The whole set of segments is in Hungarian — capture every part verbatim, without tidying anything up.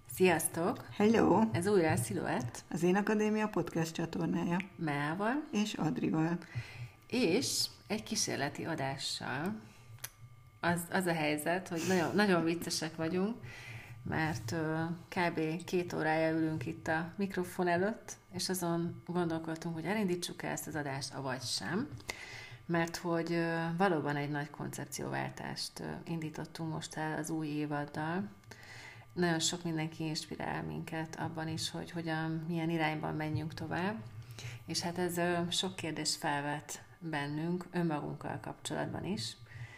Sziasztok! Hello! Ez újra a Sziluett. Az Én Akadémia podcast csatornája. Meával. És Adrival. És egy kísérleti adással. Az, az a helyzet, hogy nagyon, nagyon viccesek vagyunk, mert uh, kb. két órája ülünk itt a mikrofon előtt, és azon gondolkodtunk, hogy elindítsuk el ezt az adást, avagy sem. Mert hogy uh, valóban egy nagy koncepcióváltást uh, indítottunk most el az új évaddal. Nagyon sok mindenki inspirál minket abban is, hogy hogyan, milyen irányban menjünk tovább. És hát ez ö, sok kérdést felvet bennünk, önmagunkkal kapcsolatban is.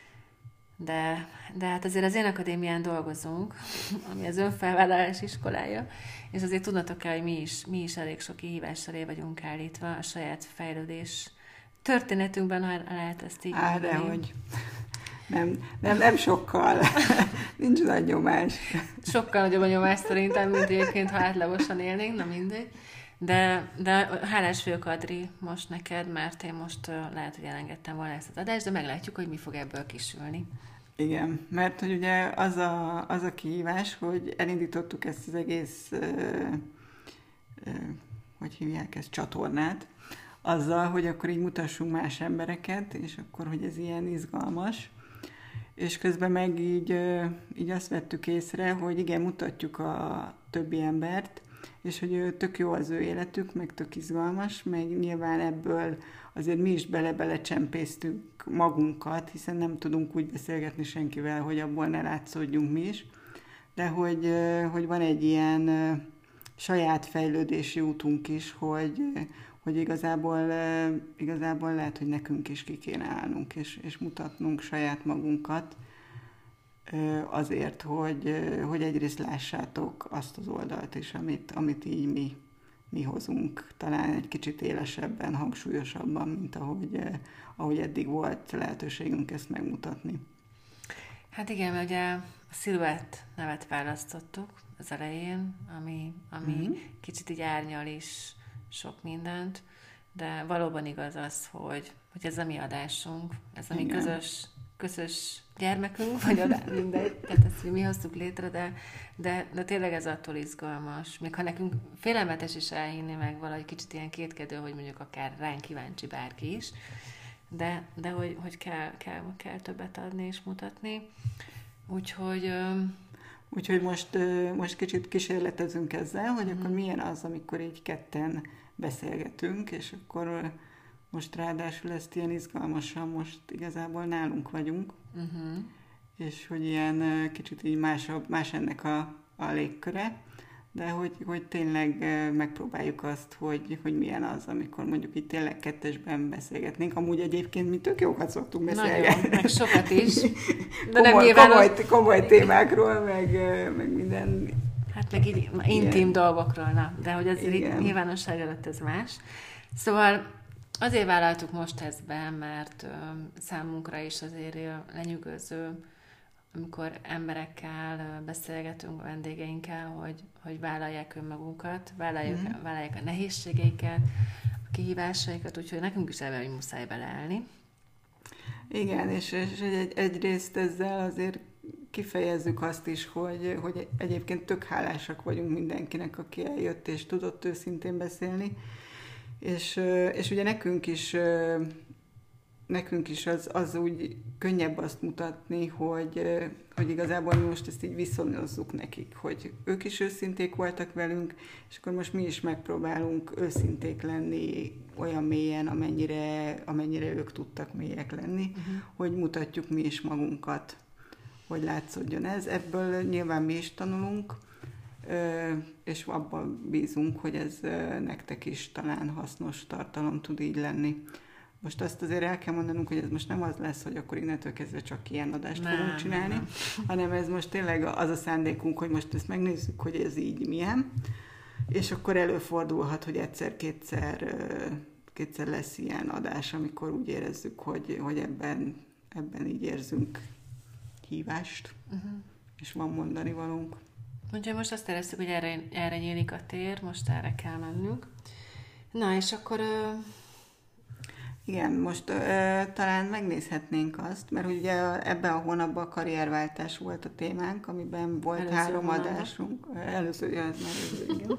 De, de hát azért az Én Akadémián dolgozunk, ami az önfelvállalás iskolája, és azért tudnatok kell, hogy mi is, mi is elég sok kihívás elé vagyunk állítva a saját fejlődés történetünkben, ha lehet ezt így Á, mondani. dehogy. Nem, nem, nem sokkal. Nincs nagy nyomás. Sokkal nagyobb a nyomás szerintem, mint egyébként, ha átlagosan élnénk, na mindegy. De, de hálás vagyok, Adri, most neked, mert én most uh, lehet, hogy elengedtem volna ezt az adást, de meglátjuk, hogy mi fog ebből kisülni. Igen, mert hogy ugye az a, az a kihívás, hogy elindítottuk ezt az egész, uh, uh, hogy hívják ezt, csatornát, azzal, hogy akkor így mutassunk más embereket, és akkor, hogy ez ilyen izgalmas. És közben meg így, így azt vettük észre, hogy igen, mutatjuk a többi embert, és hogy tök jó az ő életük, meg tök izgalmas, meg nyilván ebből azért mi is bele-bele csempésztük magunkat, hiszen nem tudunk úgy beszélgetni senkivel, hogy abból ne látszódjunk mi is, de hogy, hogy van egy ilyen saját fejlődési útunk is, hogy, hogy igazából, igazából lehet, hogy nekünk is ki kéne állnunk, és, és mutatnunk saját magunkat azért, hogy, hogy egyrészt lássátok azt az oldalt is, amit, amit így mi, mi hozunk, talán egy kicsit élesebben, hangsúlyosabban, mint ahogy, ahogy eddig volt lehetőségünk ezt megmutatni. Hát igen, mert ugye a Sziluett nevet választottuk az elején, ami, ami mm-hmm. kicsit így árnyal is sok mindent, de valóban igaz az, hogy, hogy ez a mi adásunk, ez a mi közös, közös gyermekünk, vagy adás, mindegy, tehát ezt mi hoztuk létre, de, de, de tényleg ez attól izgalmas. Még ha nekünk félelmetes is elhinni, meg valahogy kicsit ilyen kétkedő, hogy mondjuk akár ránk kíváncsi bárki is, de, de hogy, hogy kell, kell, kell többet adni és mutatni. Úgyhogy... Úgyhogy most, most kicsit kísérletezünk ezzel, hogy mm. akkor milyen az, amikor így ketten beszélgetünk, és akkor most ráadásul ezt ilyen izgalmasan most igazából nálunk vagyunk, uh-huh. és hogy ilyen kicsit így másabb, más ennek a, a légköre, de hogy, hogy tényleg megpróbáljuk azt, hogy, hogy milyen az, amikor mondjuk itt tényleg kettesben beszélgetnénk. Amúgy egyébként mi tök jókat szoktunk beszélgetni. Nagyon, meg sokat is. De komoly, nem nyilván komoly, az... komoly témákról, meg, meg minden... Hát meg így intim igen. dolgokról, na. De hogy az nyilvánosság előtt ez más. Szóval azért vállaltuk most ezt be, mert ö, számunkra is azért lenyűgöző, amikor emberekkel ö, beszélgetünk, a vendégeinkkel, hogy, hogy vállalják önmagunkat, vállalják, mm. vállalják a nehézségeiket, a kihívásaikat, úgyhogy nekünk is ebben, hogy muszáj beleállni. Igen, és, és egy, egyrészt ezzel azért kifejezzük azt is, hogy, hogy egyébként tök hálásak vagyunk mindenkinek, aki eljött és tudott őszintén beszélni, és, és ugye nekünk is, nekünk is az, az úgy könnyebb azt mutatni, hogy, hogy igazából mi most ezt így viszonyozzuk nekik, hogy ők is őszinték voltak velünk, és akkor most mi is megpróbálunk őszinték lenni olyan mélyen, amennyire, amennyire ők tudtak mélyek lenni, uh-huh. hogy mutatjuk mi is magunkat, hogy látszódjon ez. Ebből nyilván mi is tanulunk, és abban bízunk, hogy ez nektek is talán hasznos tartalom tud így lenni. Most azt azért el kell mondanunk, hogy ez most nem az lesz, hogy akkor innentől kezdve csak ilyen adást nem, fogunk csinálni, nem. hanem ez most tényleg az a szándékunk, hogy most ezt megnézzük, hogy ez így milyen, és akkor előfordulhat, hogy egyszer-kétszer kétszer lesz ilyen adás, amikor úgy érezzük, hogy, hogy ebben, ebben így érzünk hívást, uh-huh. és van mondani valónk. Úgyhogy most azt érezzük, hogy erre, erre nyílik a tér, most erre kell mennünk. Na, és akkor... Ö... Igen, most ö, talán megnézhetnénk azt, mert ugye ebben a hónapban a karrierváltás volt a témánk, amiben volt előző három hónapban. adásunk. Először, ja, ez már előző, igen.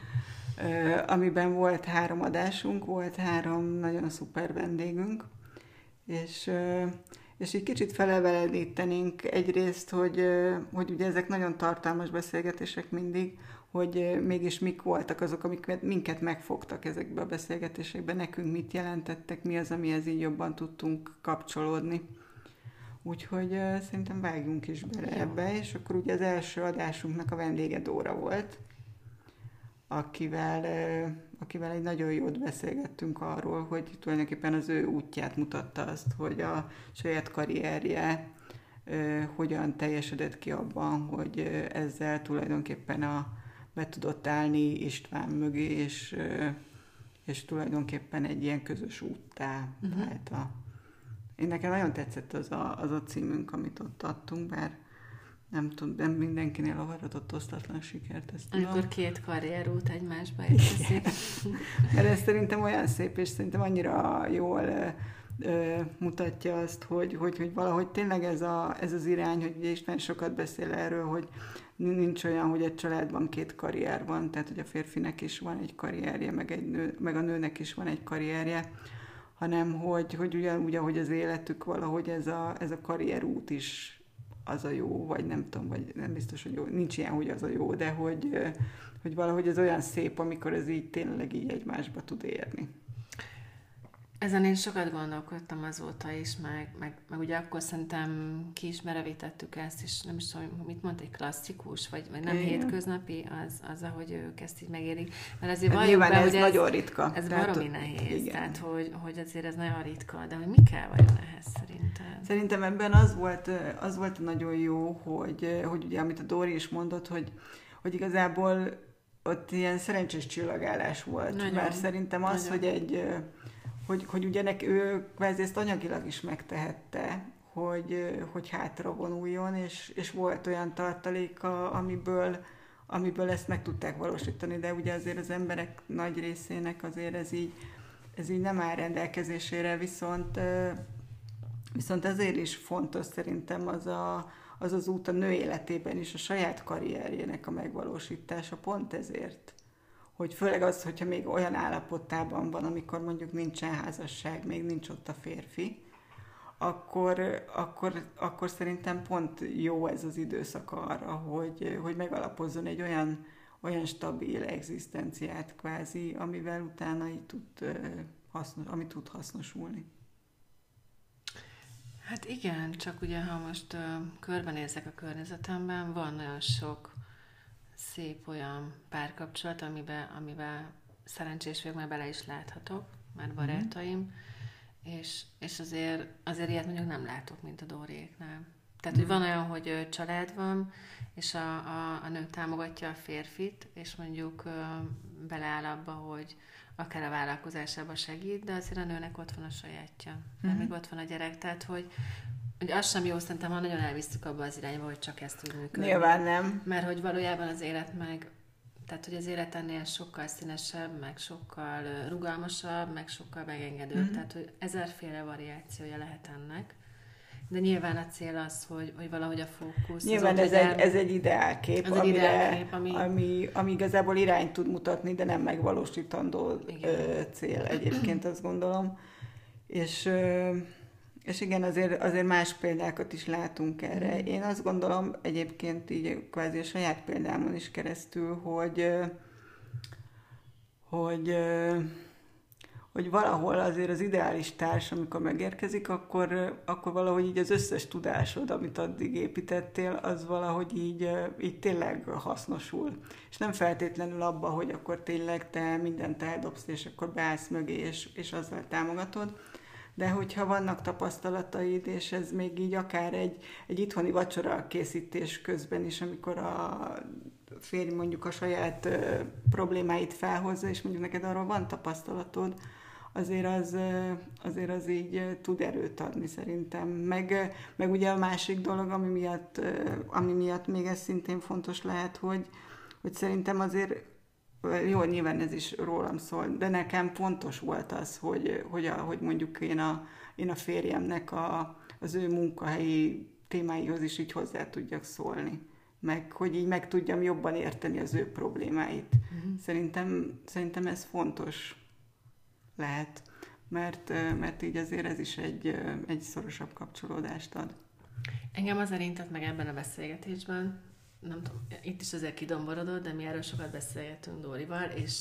ö, amiben volt három adásunk, volt három nagyon szuper vendégünk, és, ö, és így kicsit felelevenítenénk egyrészt, hogy, ö, hogy ugye ezek nagyon tartalmas beszélgetések mindig, hogy mégis mik voltak azok, amik minket megfogtak ezekbe a beszélgetésekbe, nekünk mit jelentettek, mi az, amihez így jobban tudtunk kapcsolódni. Úgyhogy uh, szerintem vágjunk is bele Jó. ebbe, és akkor ugye az első adásunknak a vendége Dóra volt, akivel, uh, akivel egy nagyon jót beszélgettünk arról, hogy tulajdonképpen az ő útját mutatta azt, hogy a saját karrierje uh, hogyan teljesedett ki abban, hogy uh, ezzel tulajdonképpen a be tudott állni István mögé, és, és tulajdonképpen egy ilyen közös úttá uh-huh. vált a... Én nekem nagyon tetszett az a, az a címünk, amit ott adtunk, bár nem tudom, nem mindenkinél avaradott osztatlan sikert. Ezt Amikor tudom. Két karrierút egymásba érkezik. Mert ez szerintem olyan szép, és szerintem annyira jól ö, mutatja azt, hogy, hogy, hogy valahogy tényleg ez, a, ez az irány, hogy István sokat beszél erről, hogy nincs olyan, hogy egy családban két karrier van, tehát hogy a férfinek is van egy karrierje, meg, egy nő, meg a nőnek is van egy karrierje, hanem hogy, hogy ugyanúgy, ahogy az életük valahogy ez a, ez a karrierút is az a jó, vagy nem tudom, vagy nem biztos, hogy jó, nincs ilyen, hogy az a jó, de hogy, hogy valahogy ez olyan szép, amikor ez így tényleg így egymásba tud érni. Ezen én sokat gondolkodtam azóta is, meg, meg, meg ugye akkor szerintem ki is merevítettük ezt, és nem is tudom, mit mondta, egy klasszikus, vagy, vagy nem Igen. hétköznapi, az, az, ahogy ők ezt így megérik. Mert azért hát nyilván be, ez hogy nagyon ez, ritka. Ez tehát, baromi nehéz, igen. tehát hogy, hogy azért ez nagyon ritka, de hogy mi kell vajon ehhez szerintem? Szerintem ebben az volt, az volt nagyon jó, hogy, hogy ugye amit a Dóri is mondott, hogy, hogy igazából ott ilyen szerencsés csillagállás volt, nagyon, mert szerintem az, nagyon. hogy egy Hogy, hogy ugye nek, ő kvázi ezt anyagilag is megtehette, hogy, hogy hátra vonuljon, és, és volt olyan tartaléka, amiből, amiből ezt meg tudták valósítani, de ugye azért az emberek nagy részének azért ez így, ez így nem áll rendelkezésére, viszont, viszont azért is fontos szerintem az, a, az az út a nő életében is, a saját karrierjének a megvalósítása, pont ezért. Hogy főleg az, hogyha még olyan állapotában van, amikor mondjuk nincsen házasság, még nincs ott a férfi, akkor, akkor, akkor szerintem pont jó ez az időszak arra, hogy, hogy megalapozzon egy olyan, olyan stabil egzisztenciát kvázi, amivel utána így tud, hasznos, ami tud hasznosulni. Hát igen, csak ugye ha most uh, körbenézek a környezetemben, van nagyon sok szép olyan párkapcsolat, amiben, amiben szerencsés vagyok, mert bele is láthatok, már barátaim, mm. és, és azért, azért ilyet mondjuk nem látok, mint a Dóriéknál. Tehát, mm. hogy van olyan, hogy család van, és a, a, a nő támogatja a férfit, és mondjuk beleáll abba, hogy akár a vállalkozásában segít, de azért a nőnek ott van a sajátja, mert mm. még ott van a gyerek, tehát, hogy Ugye az sem jó, szerintem, ha nagyon elvisztük abba az irányba, hogy csak ezt tud működni. Nyilván nem. Mert hogy valójában az élet meg, tehát hogy az élet ennél sokkal színesebb, meg sokkal rugalmasabb, meg sokkal megengedőbb. Mm-hmm. Tehát, hogy ezerféle variációja lehet ennek. De nyilván a cél az, hogy, hogy valahogy a fókusz... Nyilván ez egy, ez egy ideálkép, ez egy ideálkép ami, ami, ami igazából irányt tud mutatni, de nem megvalósítandó ö, cél egyébként, azt gondolom. És... Ö, És igen, azért, azért más példákat is látunk erre. Mm. Én azt gondolom egyébként így kvázi a saját példámon is keresztül, hogy, hogy, hogy valahol azért az ideális társ, amikor megérkezik, akkor, akkor valahogy így az összes tudásod, amit addig építettél, az valahogy így, így tényleg hasznosul. És nem feltétlenül abba, hogy akkor tényleg te mindent eldobsz, és akkor beállsz mögé, és, és azzal támogatod. De hogyha vannak tapasztalataid, és ez még így akár egy, egy itthoni vacsora készítés közben is, amikor a férj mondjuk a saját ö, problémáit felhozza, és mondjuk neked arról van tapasztalatod, azért az, azért az így tud erőt adni szerintem. Meg, meg ugye a másik dolog, ami miatt, ami miatt még ez szintén fontos lehet, hogy, hogy szerintem azért jó, nyilván ez is rólam szól, de nekem fontos volt az, hogy, hogy, a, hogy mondjuk én a, én a férjemnek a, az ő munkahelyi témáihoz is így hozzá tudjak szólni. Meg hogy így meg tudjam jobban érteni az ő problémáit. Uh-huh. Szerintem, szerintem ez fontos lehet, mert, mert így azért ez is egy, egy szorosabb kapcsolódást ad. Engem az érintett meg ebben a beszélgetésben, nem tudom, itt is azért kidomborodott, de mi erről sokat beszélgetünk Dórival, és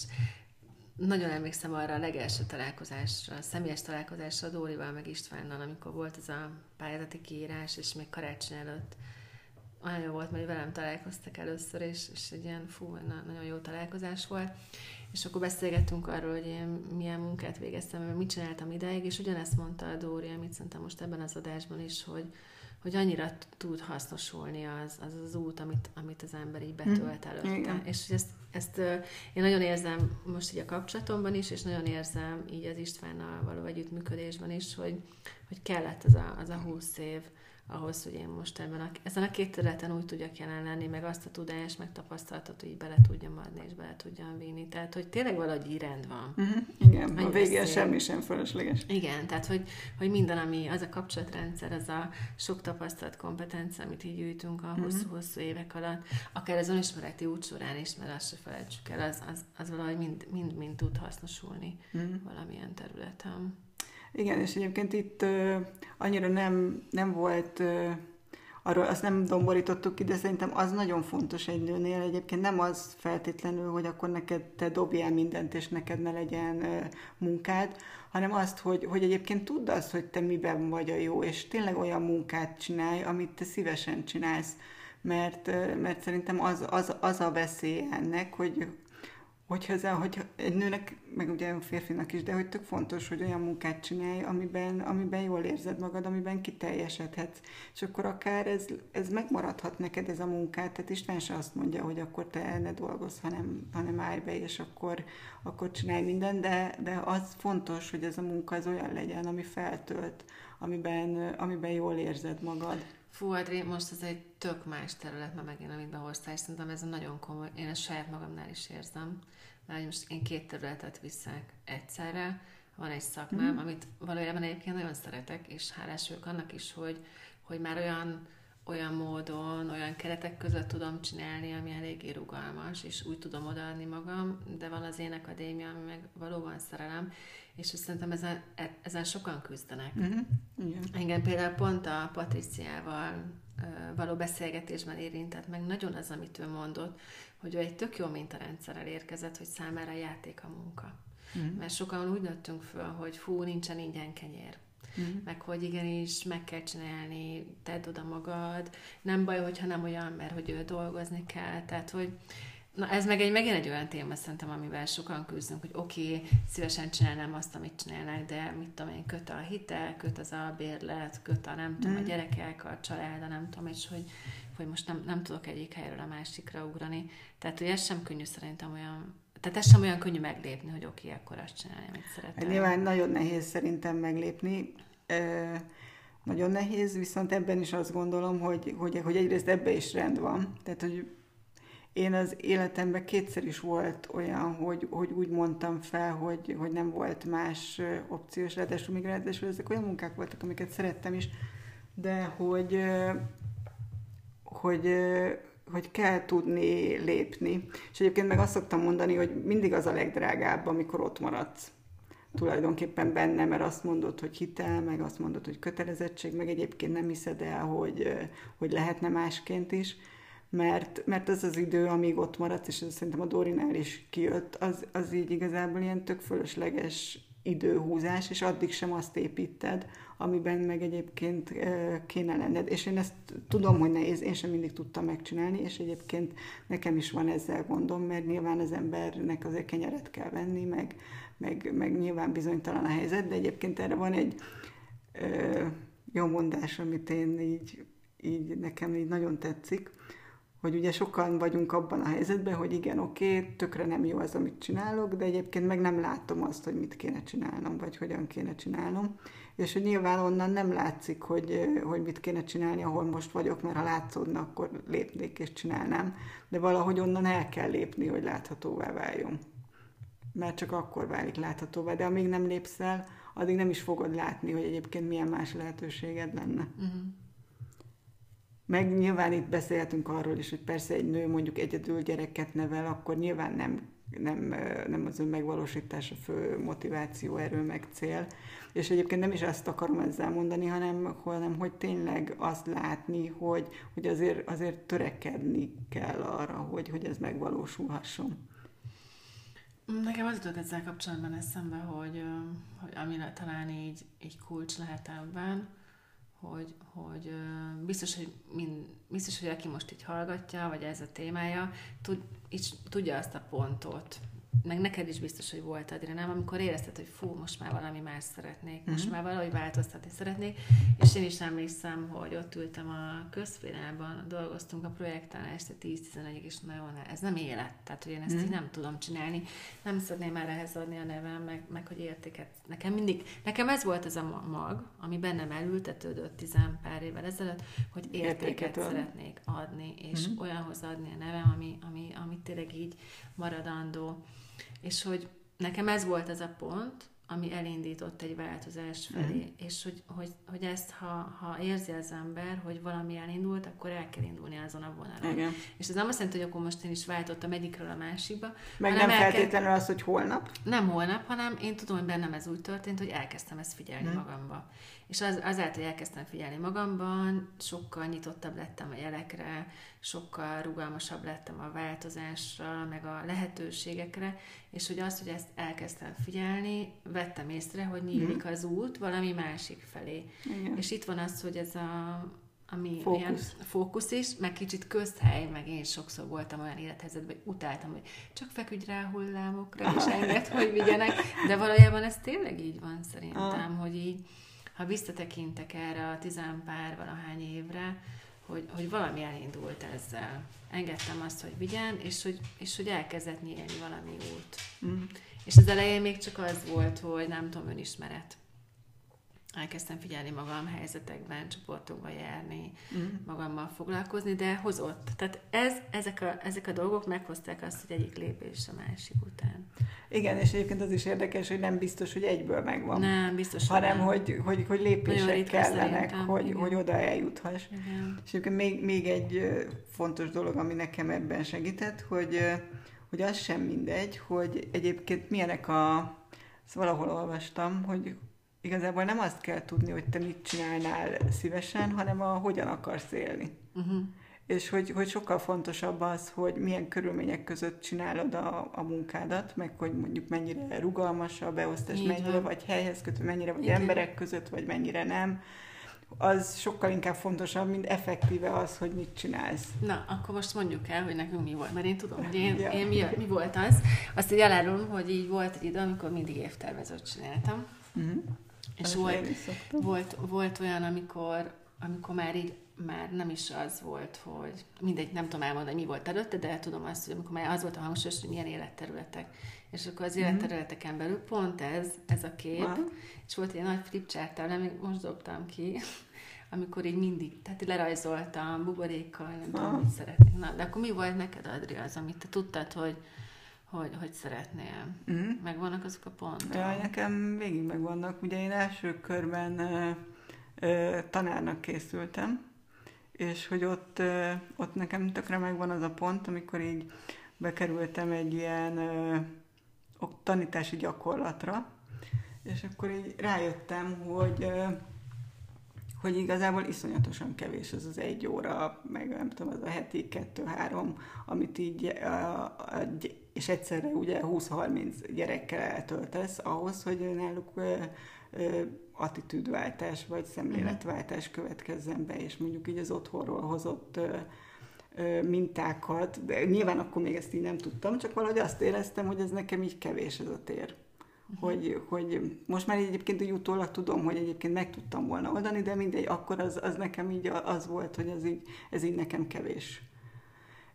nagyon emlékszem arra a legelső találkozásra, a személyes találkozásra Dórival meg Istvánnal, amikor volt ez a pályázati kiírás, és még karácsony előtt olyan jó volt, mert velem találkoztak először, és, és egy ilyen fú, na, nagyon jó találkozás volt. És akkor beszélgettünk arról, hogy én milyen munkát végeztem, mert mit csináltam ideig, és ugyanezt mondta a Dóri, amit szerintem most ebben az adásban is, hogy, hogy annyira tud hasznosulni az az, az út, amit, amit az ember így betölt előtte. Igen. És ezt, ezt én nagyon érzem most így a kapcsolatomban is, és nagyon érzem így az Istvánnal való együttműködésben is, hogy, hogy kellett az a, az a húsz év, ahhoz, hogy én most ebben a, ezen a két területen úgy tudjak jelen lenni, meg azt a tudást, meg tapasztalatot, hogy így bele tudjam adni, és bele tudjam vinni. Tehát, hogy tényleg valahogy így rend van. Uh-huh. Igen, a végén semmi sem fölösleges. Igen, tehát, hogy, hogy minden, ami az a kapcsolatrendszer, az a sok tapasztalat kompetencia, amit így gyűjtünk a hosszú-hosszú évek alatt, akár az önismereti út során is, mert azt se felejtsük el, az, az, az valahogy mind, mind, mind tud hasznosulni uh-huh. valamilyen területen. Igen, és egyébként itt uh, annyira nem, nem volt, uh, arról azt nem domborítottuk ki, de szerintem az nagyon fontos egy nőnél. Egyébként nem az feltétlenül, hogy akkor neked te dobjál mindent, és neked ne legyen uh, munkád, hanem azt, hogy, hogy egyébként tudd azt, hogy te miben vagy a jó, és tényleg olyan munkát csinálj, amit te szívesen csinálsz. Mert, uh, mert szerintem az, az, az a veszély ennek, hogy Hogyha, ez a, hogyha egy nőnek, meg ugye a férfinak is, de hogy tök fontos, hogy olyan munkát csinálj, amiben, amiben jól érzed magad, amiben kiteljesedhetsz. És akkor akár ez, ez megmaradhat neked ez a munkát, tehát István se azt mondja, hogy akkor te ne dolgozz, hanem, hanem állj be, és akkor, akkor csinálj mindent, de, de az fontos, hogy ez a munka az olyan legyen, ami feltölt, amiben, amiben jól érzed magad. Fú, Adri, most ez egy tök más terület, mert megint, amit behoztál, és szerintem ez a nagyon komoly, én ezt saját magamnál is érzem, mert most én két területet viszek egyszerre, van egy szakmám, mm. amit valójában egyébként nagyon szeretek, és hálás vagyok annak is, hogy, hogy már olyan, olyan módon, olyan keretek között tudom csinálni, ami eléggé rugalmas, és úgy tudom odaadni magam, de van az én akadémia, ami meg valóban szerelem, és szerintem ezen, ezen sokan küzdenek. Mm-hmm. Igen. Engem például pont a Patriciával való beszélgetésben érintett meg nagyon az, amit ő mondott, hogy ő egy tök jó mintarendszerrel érkezett, hogy számára játék a munka. Mm-hmm. Mert sokan úgy nőttünk föl, hogy fú, nincsen ingyen kenyér. Mm-hmm. Meg hogy igenis meg kell csinálni, tedd oda magad, nem baj, hogyha nem olyan, mert hogy ő dolgozni kell, tehát hogy na ez meg egy, megint egy olyan téma szerintem, amivel sokan küzdünk, hogy oké, okay, szívesen csinálnám azt, amit csinálnak, de mit tudom én, köt a hitel, köt az albérlet, köt a nem tudom, a gyerekek, a család, a nem tudom, és hogy, hogy most nem, nem tudok egyik helyről a másikra ugrani. Tehát, hogy ez sem könnyű szerintem olyan, tehát ez sem olyan könnyű meglépni, hogy oké, okay, akkor azt csinálni, amit szeretem. Nyilván nagyon nehéz szerintem meglépni. E- nagyon nehéz, viszont ebben is azt gondolom, hogy, hogy, hogy egyrészt ebben is rend van. Tehát, hogy én az életemben kétszer is volt olyan, hogy, hogy úgy mondtam fel, hogy, hogy nem volt más opciós, ráadásul még ráadásul ezek olyan munkák voltak, amiket szerettem is, de hogy, hogy, hogy kell tudni lépni. És egyébként meg azt szoktam mondani, hogy mindig az a legdrágább, amikor ott maradsz tulajdonképpen benne, mert azt mondod, hogy hitel, meg azt mondod, hogy kötelezettség, meg egyébként nem hiszed el, hogy, hogy lehetne másként is. Mert, mert az az idő, amíg ott maradsz, és ez szerintem a Dórinál is kijött, az, az így igazából ilyen tök fölösleges időhúzás, és addig sem azt építed, amiben meg egyébként kéne lenned. És én ezt tudom, hogy nehéz, én sem mindig tudtam megcsinálni, és egyébként nekem is van ezzel gondom, mert nyilván az embernek azért kenyeret kell venni, meg, meg, meg nyilván bizonytalan a helyzet, de egyébként erre van egy ö, jó mondás, amit én így, így nekem így nagyon tetszik, hogy ugye sokan vagyunk abban a helyzetben, hogy igen, oké, okay, tökre nem jó az, amit csinálok, de egyébként meg nem látom azt, hogy mit kéne csinálnom, vagy hogyan kéne csinálnom. És hogy nyilván onnan nem látszik, hogy, hogy mit kéne csinálni, ahol most vagyok, mert ha látszódna, akkor lépnék és csinálnám. De valahogy onnan el kell lépni, hogy láthatóvá váljon. Mert csak akkor válik láthatóvá, de amíg nem lépsz el, addig nem is fogod látni, hogy egyébként milyen más lehetőséged lenne. Uh-huh. Meg nyilván itt beszélhetünk arról is, hogy persze egy nő mondjuk egyedül gyereket nevel, akkor nyilván nem, nem, nem az önmegvalósítás a fő motiváció, erő, meg cél. És egyébként nem is azt akarom ezzel mondani, hanem, hanem hogy tényleg azt látni, hogy, hogy azért, azért törekedni kell arra, hogy, hogy ez megvalósulhasson. Nekem az jutott ezzel kapcsolatban eszembe, hogy, hogy amire talán így, így kulcs lehet ebben, hogy, hogy biztos, hogy mind, biztos, hogy aki most így hallgatja, vagy ez a témája, tud, így, tudja azt a pontot, meg neked is biztos, hogy volt, Adri, nem? Amikor érezted, hogy fú, most már valami más szeretnék, most mm-hmm. már valahogy változtatni szeretnék, és én is emlékszem, hogy ott ültem a közférában, dolgoztunk a projekten este tíz-tizenegyig, és nagyon, ez nem élet, tehát hogy én ezt mm-hmm. így nem tudom csinálni, nem szeretném már ehhez adni a nevem, meg, meg hogy értéket. Nekem mindig, nekem ez volt ez a mag, ami bennem elültetődött tizen pár évvel ezelőtt, hogy értéket, értéket szeretnék adni, és mm-hmm. olyanhoz adni a nevem, ami, ami, ami tényleg így maradandó. És hogy nekem ez volt az a pont, ami elindított egy változás felé, mm. és hogy, hogy, hogy ezt, ha, ha érzi az ember, hogy valami elindult, akkor el kell indulni azon a vonalon. Igen. És ez nem azt jelenti, hogy akkor most én is váltottam egyikről a másikba. Meg nem feltétlenül kell... az, hogy holnap? Nem holnap, hanem én tudom, hogy bennem ez úgy történt, hogy elkezdtem ezt figyelni mm. magamba. És az, azáltal, hogy elkezdtem figyelni magamban, sokkal nyitottabb lettem a jelekre, sokkal rugalmasabb lettem a változásra, meg a lehetőségekre, és hogy azt, hogy ezt elkezdtem figyelni, vettem észre, hogy nyílik az út valami másik felé. Igen. És itt van az, hogy ez a ami fókusz. Ilyen fókusz is, meg kicsit közhely, meg én sokszor voltam olyan élethelyzetben, hogy utáltam, hogy csak feküdj rá hullámokra, és engedd, hogy vigyenek, de valójában ez tényleg így van szerintem, ah. hogy így, ha visszatekintek erre a tizenpár valahány évre, hogy, hogy valami elindult ezzel. Engedtem azt, hogy vigyen, és hogy, és hogy elkezdett nyílni valami út. Mm. És az elején még csak az volt, hogy nem tudom, önismeret. Elkezdtem figyelni magam helyzetekben, csoportokba járni, mm. magammal foglalkozni, de hozott. Tehát ez, ezek, a, ezek a dolgok meghozták azt, hogy egyik lépés a másik után. Igen, és egyébként az is érdekes, hogy nem biztos, hogy egyből megvan. Nem, biztos, hanem, hogy, hogy, hogy, hogy lépések kellenek, hogy, hogy oda eljuthass. Igen. És egyébként még, még egy fontos dolog, ami nekem ebben segített, hogy, hogy az sem mindegy, hogy egyébként milyenek a... Szóval valahol olvastam, hogy igazából nem azt kell tudni, hogy te mit csinálnál szívesen, hanem a hogyan akarsz élni. Uh-huh. És hogy, hogy sokkal fontosabb az, hogy milyen körülmények között csinálod a, a munkádat, meg hogy mondjuk mennyire rugalmas a beosztás, így mennyire van. Vagy helyhez kötő, mennyire vagy igen. emberek között, vagy mennyire nem. Az sokkal inkább fontosabb, mint effektíve az, hogy mit csinálsz. Na, akkor most mondjuk el, hogy nekünk mi volt, mert én tudom, hogy én, ja. én mi, mi volt az. Azt így elárulom, hogy így volt egy idő, amikor mindig évtervezőt csináltam. Uh-huh. És volt, volt, volt olyan, amikor, amikor már így már nem is az volt, hogy mindegy, nem tudom elmondani, mi volt előtte, de tudom azt, hogy amikor már az volt a hangsúlyos, hogy milyen életterületek. És akkor az életterületeken belül pont ez, ez a kép, uh-huh. és volt egy nagy flipchart, nem, még most dobtam ki, amikor így mindig, tehát lerajzoltam buborékkal, nem uh-huh. tudom, mit szeretnék. Na, de akkor mi volt neked, Adri, az, amit te tudtad, hogy Hogy, hogy szeretnél. Mm. Megvannak azok a pontok? Ja, nekem végig megvannak. Ugye én első körben ö, ö, tanárnak készültem, és hogy ott, ö, ott nekem tökre megvan az a pont, amikor így bekerültem egy ilyen ö, tanítási gyakorlatra, és akkor így rájöttem, hogy, ö, hogy igazából iszonyatosan kevés az az egy óra, meg nem tudom, az a heti kettő-három, amit így a, a, és egyszerre ugye húsz-harminc gyerekkel eltöltesz ahhoz, hogy náluk ö, ö, attitűdváltás vagy szemléletváltás következzen be, és mondjuk így az otthonról hozott ö, ö, mintákat, de nyilván akkor még ezt így nem tudtam, csak valahogy azt éreztem, hogy ez nekem így kevés ez a tér. Uh-huh. Hogy, hogy most már egyébként úgy utólag tudom, hogy egyébként meg tudtam volna oldani, de mindegy, akkor az, az nekem így az volt, hogy ez így, ez így nekem kevés.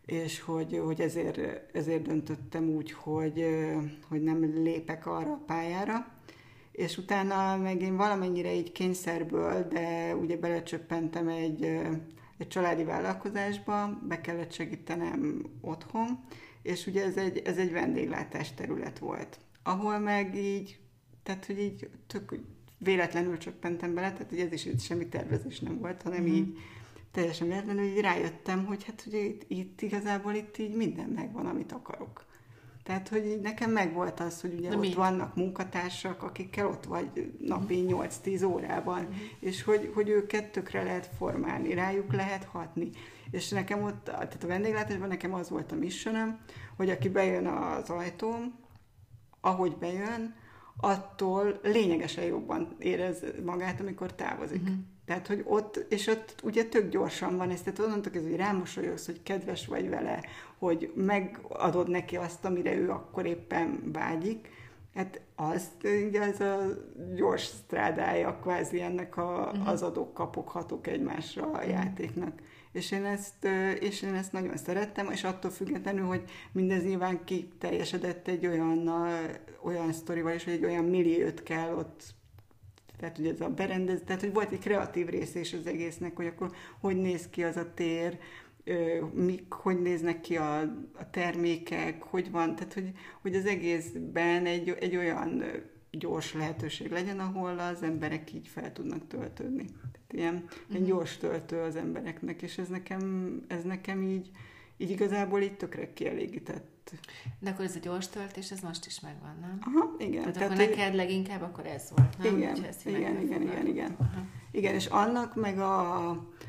és hogy, hogy ezért, ezért döntöttem úgy, hogy, hogy nem lépek arra a pályára. És utána meg én valamennyire így kényszerből, de ugye belecsöppentem egy, egy családi vállalkozásba, be kellett segítenem otthon, és ugye ez egy, ez egy vendéglátás terület volt, ahol meg így, tehát hogy így tök véletlenül csöppentem bele, tehát ugye ez is itt semmi tervezés nem volt, hanem mm. így teljesen véletlenül így rájöttem, hogy hát ugye itt, itt igazából itt így minden megvan, amit akarok. Tehát, hogy így nekem megvolt az, hogy ugye de ott mi? Vannak munkatársak, akikkel ott vagy napi nyolc-tíz órában, mm. és hogy, hogy őket tökre lehet formálni, rájuk lehet hatni. És nekem ott, tehát a vendéglátásban nekem az volt a missionöm, hogy aki bejön az ajtón, ahogy bejön, attól lényegesen jobban érez magát, amikor távozik. Mm. Tehát, hogy ott, és ott ugye tök gyorsan van ez, tehát onnantól kezdve, hogy rámosolyogsz, hogy kedves vagy vele, hogy megadod neki azt, amire ő akkor éppen vágyik, hát az, ugye ez a gyors strádája kvázi ennek a, uh-huh. az adok-kapok, hatok egymásra a uh-huh. játéknak. És én, ezt, és én ezt nagyon szerettem, és attól függetlenül, hogy mindez nyilván kiteljesedett egy olyan, olyan sztorival, és hogy egy olyan milliót kell ott, tehát ugye ez a berendez, tehát hogy volt egy kreatív része is az egésznek, hogy akkor hogy néz ki az a tér, mik, hogy néznek ki a, a termékek, hogy van, tehát hogy, hogy az egészben egy, egy olyan gyors lehetőség legyen, ahol az emberek így fel tudnak töltődni. Tehát ilyen, uh-huh. egy gyors töltő az embereknek, és ez nekem, ez nekem így, így igazából így tökre kielégített. De akkor ez a gyors töltés, ez most is megvan, nem? Aha, igen. Tehát, tehát akkor neked leginkább akkor ez volt, nem? Igen, igen, igen, igen, igen. Aha. Igen, és annak meg a,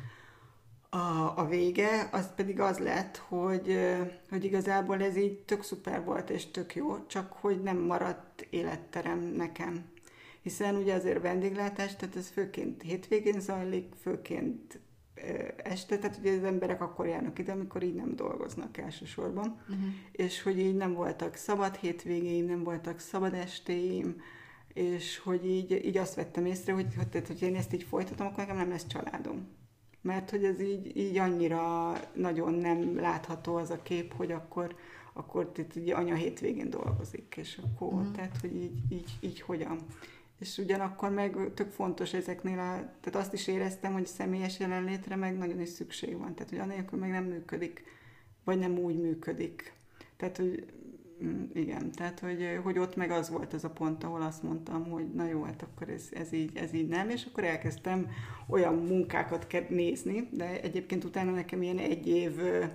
a, a vége, az pedig az lett, hogy, hogy igazából ez így tök szuper volt, és tök jó, csak hogy nem maradt életterem nekem. Hiszen ugye azért vendéglátás, tehát ez főként hétvégén zajlik, főként este, tehát ugye az emberek akkor járnak ide, amikor így nem dolgoznak elsősorban, uh-huh. és hogy így nem voltak szabad hétvégéim, nem voltak szabad estéim, és hogy így, így azt vettem észre, hogy, hogy, tehát, hogy én ezt így folytatom, akkor nekem nem lesz családom. Mert hogy ez így, így annyira nagyon nem látható az a kép, hogy akkor, akkor itt így anya hétvégén dolgozik, és akkor, uh-huh. tehát hogy így, így, így hogyan. És ugyanakkor meg tök fontos ezeknél, a, tehát azt is éreztem, hogy személyes jelenlétre meg nagyon is szükség van. Tehát, hogy anélkül meg nem működik, vagy nem úgy működik. Tehát, hogy igen, tehát, hogy, hogy ott meg az volt az a pont, ahol azt mondtam, hogy na jó, hát akkor ez, ez, így, ez így nem, és akkor elkezdtem olyan munkákat nézni, de egyébként utána nekem ilyen egy év,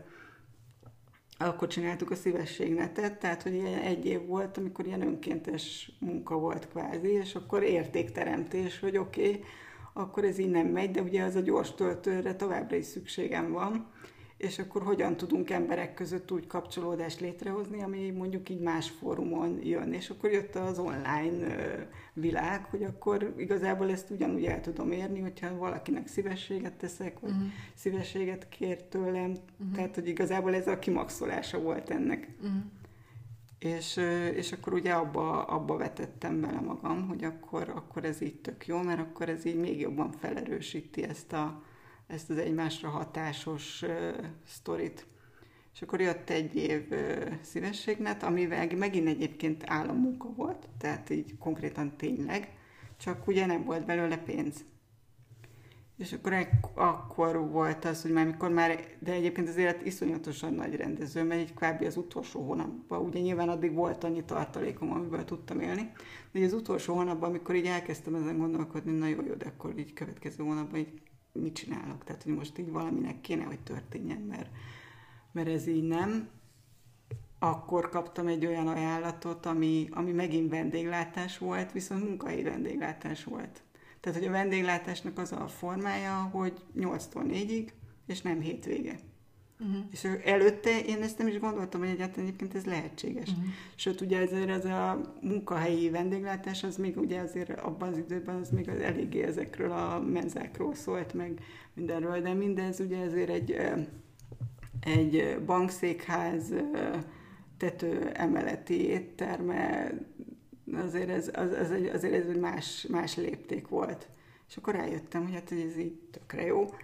akkor csináltuk a szívességnetet, tehát, hogy ilyen egy év volt, amikor ilyen önkéntes munka volt kvázi, és akkor értékteremtés, hogy oké, okay, akkor ez így nem megy, de ugye az a gyors töltőre továbbra is szükségem van, és akkor hogyan tudunk emberek között úgy kapcsolódást létrehozni, ami mondjuk így más fórumon jön. És akkor jött az online világ, hogy akkor igazából ezt ugyanúgy el tudom érni, hogyha valakinek szívességet teszek, vagy uh-huh. szívességet kér tőlem. Uh-huh. Tehát, hogy igazából ez a kimaxolása volt ennek. Uh-huh. És, és akkor ugye abba, abba vetettem bele magam, hogy akkor, akkor ez így tök jó, mert akkor ez így még jobban felerősíti ezt a ezt az egymásra hatásos uh, sztorit. És akkor jött egy év uh, szívességnet, amivel megint egyébként állammunka volt, tehát így konkrétan tényleg, csak ugye nem volt belőle pénz. És akkor ek- akkor volt az, hogy már mikor már, de egyébként az élet iszonyatosan nagy rendező, mert így kb. Az utolsó hónapban, ugye nyilván addig volt annyi tartalékom, amiből tudtam élni, de az utolsó hónapban, amikor így elkezdtem ezen gondolkodni, na jó, jó, de akkor így következő hónapban így mit csinálok? Tehát, hogy most így valaminek kéne, hogy történjen, mert, mert ez így nem. Akkor kaptam egy olyan ajánlatot, ami, ami megint vendéglátás volt, viszont munkahelyi vendéglátás volt. Tehát, hogy a vendéglátásnak az a formája, hogy nyolctól négyig, és nem hétvége. Uh-huh. És előtte én ezt nem is gondoltam, hogy egyáltalán egyébként ez lehetséges. Uh-huh. Sőt, ugye ezért ez a munkahelyi vendéglátás, az még ugye azért abban az időben az még az eléggé ezekről a menzákról szólt, meg mindenről, de mindez ugye ezért egy, egy bankszékház tető emeleti étterme, azért ez, az, az egy, azért ez egy más, más lépték volt. És akkor rájöttem, hogy hát ez így tökre jó.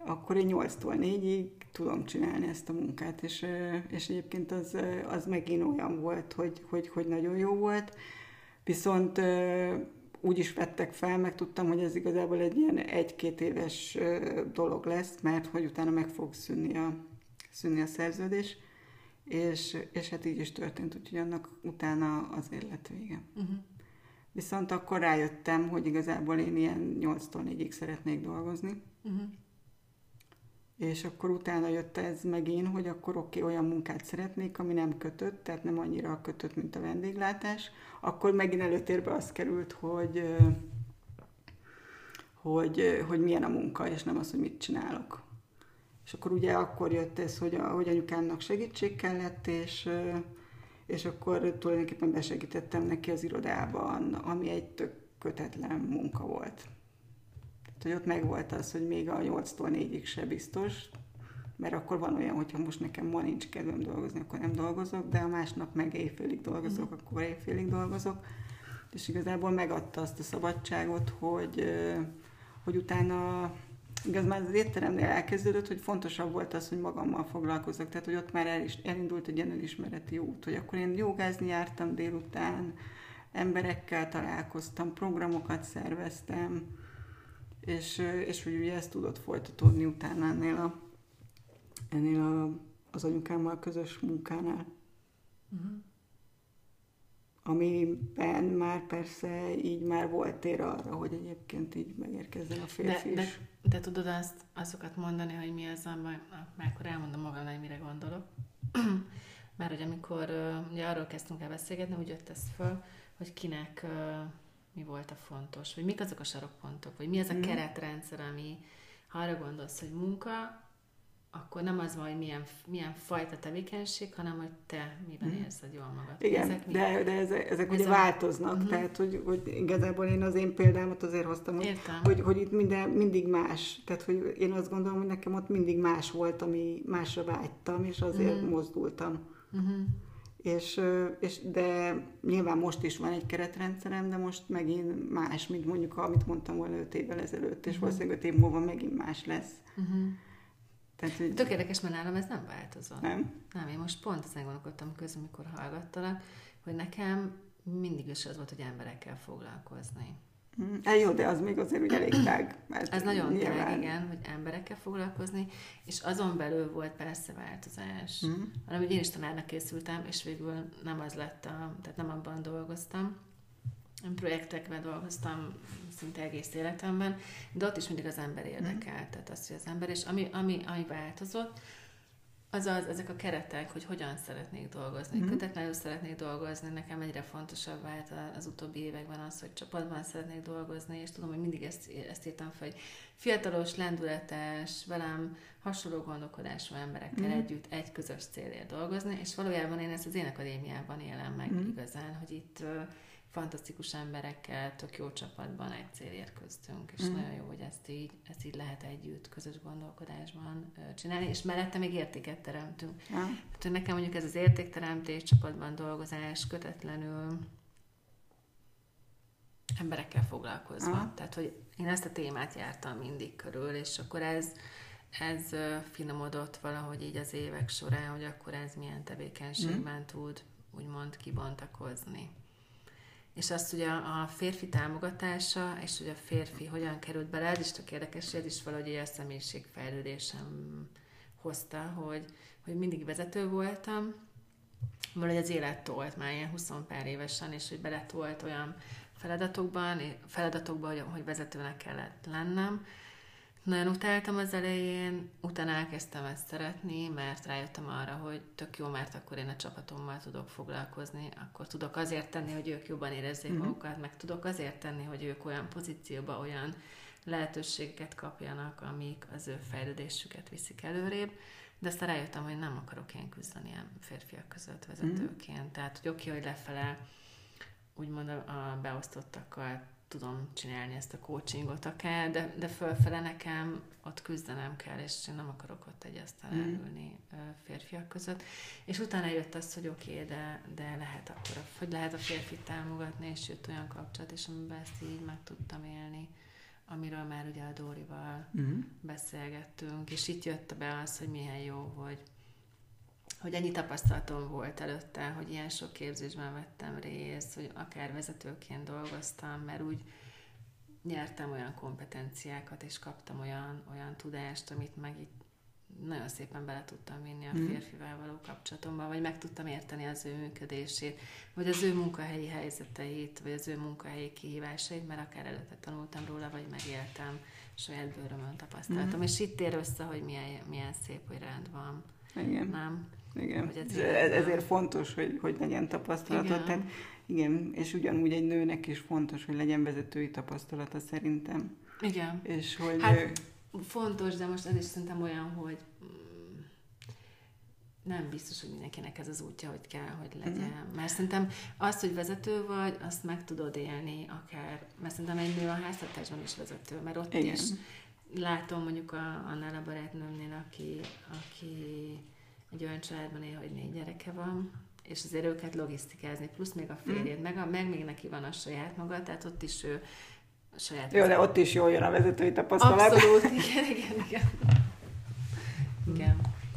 akkor én nyolctól négyig tudom csinálni ezt a munkát, és, és egyébként az, az megint olyan volt, hogy, hogy, hogy nagyon jó volt, viszont úgy is vettek fel, meg tudtam, hogy ez igazából egy ilyen egy-két éves dolog lesz, mert hogy utána meg fog szűnni a, szűnni a szerződés, és, és hát így is történt, úgyhogy annak utána azért lett vége. Uh-huh. Viszont akkor rájöttem, hogy igazából én ilyen nyolctól négyig szeretnék dolgozni, uh-huh. és akkor utána jött ez megint, hogy akkor oké, okay, olyan munkát szeretnék, ami nem kötött, tehát nem annyira kötött, mint a vendéglátás. Akkor megint előtérbe az került, hogy, hogy, hogy milyen a munka, és nem az, hogy mit csinálok. És akkor ugye akkor jött ez, hogy, a, hogy anyukámnak segítség kellett, és, és akkor tulajdonképpen besegítettem neki az irodában, ami egy tök kötetlen munka volt. Tehát, hogy ott megvolt az, hogy még a nyolctól négyig se biztos, mert akkor van olyan, hogyha most nekem ma nincs kedvem dolgozni, akkor nem dolgozok, de a másnap meg éjfélig dolgozok, mm. akkor éjfélig dolgozok. És igazából megadta azt a szabadságot, hogy, hogy utána, igaz már az étteremnél elkezdődött, hogy fontosabb volt az, hogy magammal foglalkozok, tehát hogy ott már el is, elindult egy ilyen önismereti út, hogy akkor én jogázni jártam délután, emberekkel találkoztam, programokat szerveztem, és, és hogy ugye ezt tudott folytatódni utána ennél, a, ennél a, az anyukámmal közös munkánál. Uh-huh. Amiben már persze így már volt tér arra, hogy egyébként így megérkezzen a férfi de, is. De, de tudod azt, azokat mondani, hogy mi az, már akkor elmondom magam, hogy mire gondolok. Mert hogy amikor ugye arról kezdtünk el beszélgetni, úgy jött ez föl, hogy kinek mi volt a fontos, vagy mik azok a sarokpontok, vagy mi az a mm. keretrendszer, ami, ha arra gondolsz, hogy munka, akkor nem az van, hogy milyen, milyen fajta tevékenység, hanem hogy te miben mm. érzed jól magad. Igen, ezek de, de ezek, ezek ugye a... változnak, uh-huh. tehát hogy, hogy igazából én az én példámat azért hoztam, hogy, hogy, hogy itt minden, mindig más, tehát hogy én azt gondolom, hogy nekem ott mindig más volt, ami másra vágytam, és azért uh-huh. mozdultam. Uh-huh. És, és, de nyilván most is van egy keretrendszerem, de most megint más, mint mondjuk, amit mondtam volna öt évvel ezelőtt, és uh-huh. valószínűleg öt év múlva megint más lesz. Uh-huh. Tehát, hogy... Tök érdekes, mert nálam ez nem változott. Nem? Nem, én most pont ezen gondolkodtam közben, amikor hallgattalak, hogy nekem mindig is az volt, hogy emberekkel foglalkozni. Mm, jó, de az még azért ugye elég tág. Ez nagyon tág, igen, hogy emberekkel foglalkozni, és azon belül volt persze változás. Mm. Hanem, hogy én is tanárnak készültem, és végül nem az lett, a, tehát nem abban dolgoztam. Én projektekben dolgoztam szinte egész életemben, de ott is mindig az ember érdekelt, mm. tehát az, hogy az ember, és ami, ami, ami változott, az az, ezek a keretek, hogy hogyan szeretnék dolgozni. Mm. Kötetlenül szeretnék dolgozni, nekem egyre fontosabb vált az utóbbi években az, hogy csapatban szeretnék dolgozni, és tudom, hogy mindig ezt, ezt írtam fel, hogy fiatalos, lendületes, velem hasonló gondolkodású emberekkel mm. együtt egy közös célért dolgozni, és valójában én ezt az én akadémiában élem meg mm. igazán, hogy itt fantasztikus emberekkel, tök jó csapatban egy célért köztünk, és mm. nagyon jó, hogy ezt így, ezt így lehet együtt, közös gondolkodásban csinálni, és mellette még értéket teremtünk. Ja. Tehát, hogy nekem mondjuk ez az értékteremtés, csapatban dolgozás, kötetlenül emberekkel foglalkozva. Ja. Tehát, hogy én ezt a témát jártam mindig körül, és akkor ez, ez finomodott valahogy így az évek során, hogy akkor ez milyen tevékenységben mm. tud úgymond kibontakozni. És azt ugye a férfi támogatása, és hogy a férfi hogyan került bele, ez is tök érdekes, ez is valahogy a személyiségfejlődésem hozta, hogy, hogy mindig vezető voltam, valahogy az élet tolt már ilyen húsz pár évesen, és hogy beletolt olyan feladatokban, feladatokban, hogy, hogy vezetőnek kellett lennem. Nagyon utáltam az elején, utána elkezdtem ezt szeretni, mert rájöttem arra, hogy tök jó, mert akkor én a csapatommal tudok foglalkozni, akkor tudok azért tenni, hogy ők jobban érezzék mm-hmm. magukat, meg tudok azért tenni, hogy ők olyan pozícióba, olyan lehetőségeket kapjanak, amik az ő fejlődésüket viszik előrébb, de aztán rájöttem, hogy nem akarok én küzdeni ilyen férfiak között vezetőként. Mm-hmm. Tehát, hogy oké, hogy lefele úgymond a, a beosztottakkal tudom csinálni ezt a coachingot akár, de, de fölfele nekem ott küzdenem kell, és én nem akarok ott egy asztalon mm. ülni férfiak között. És utána jött az, hogy oké, okay, de, de lehet akkor, hogy lehet a férfit támogatni, és jött olyan kapcsolat, és amiben ezt így meg tudtam élni amiről már ugye a Dórival uh-huh. beszélgettünk, és itt jött be az, hogy milyen jó, hogy, hogy ennyi tapasztalatom volt előtte, hogy ilyen sok képzésben vettem részt, hogy akár vezetőként dolgoztam, mert úgy nyertem olyan kompetenciákat, és kaptam olyan, olyan tudást, amit meg itt nagyon szépen bele tudtam vinni a férfival való kapcsolatomban, vagy meg tudtam érteni az ő működését, vagy az ő munkahelyi helyzeteit, vagy az ő munkahelyi kihívásait, mert akár előtte tanultam róla, vagy megéltem, saját bőrömön tapasztaltam. Mm. És itt ér össze, hogy milyen, milyen szép, hogy rend van. Igen. Nem? Igen. Ez, ezért fontos, hogy, hogy legyen tapasztalatot. Tehát, igen, és ugyanúgy egy nőnek is fontos, hogy legyen vezetői tapasztalata szerintem. Igen. És hogy... Hát, fontos, de most ez is szerintem olyan, hogy nem biztos, hogy mindenkinek ez az útja, hogy kell, hogy legyen. Mm. Mert szerintem az, hogy vezető vagy, azt meg tudod élni akár, mert szerintem egy nő a háztartásban is vezető, mert ott Igen. is látom mondjuk a, annál a barátnőmnél, aki, aki egy olyan családban él, hogy négy gyereke van, és azért őket logisztikázni, plusz még a férjét, mm. meg, a, meg még neki van a saját maga, tehát ott is ő a saját... Jó, de ott is jól jön a vezetői tapasztalat. Abszolút, igen, igen, igen. Igen.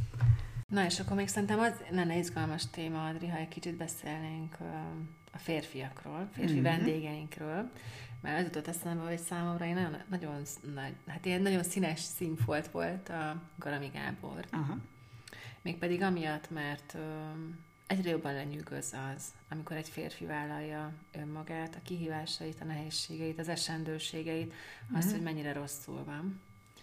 Na és akkor még szerintem az lenne izgalmas téma, Adri, ha egy kicsit beszélnénk a férfiakról, férfi mm-hmm. vendégeinkről, mert az jutott eszembe, hogy számomra egy nagyon, nagyon, nagy, hát ilyen nagyon színes színfolt volt a Garami Gábor. Aha. Mégpedig amiatt, mert egyre jobban lenyűgöz az, amikor egy férfi vállalja önmagát, a kihívásait, a nehézségeit, az esendőségeit, azt, mm-hmm. hogy mennyire rosszul van.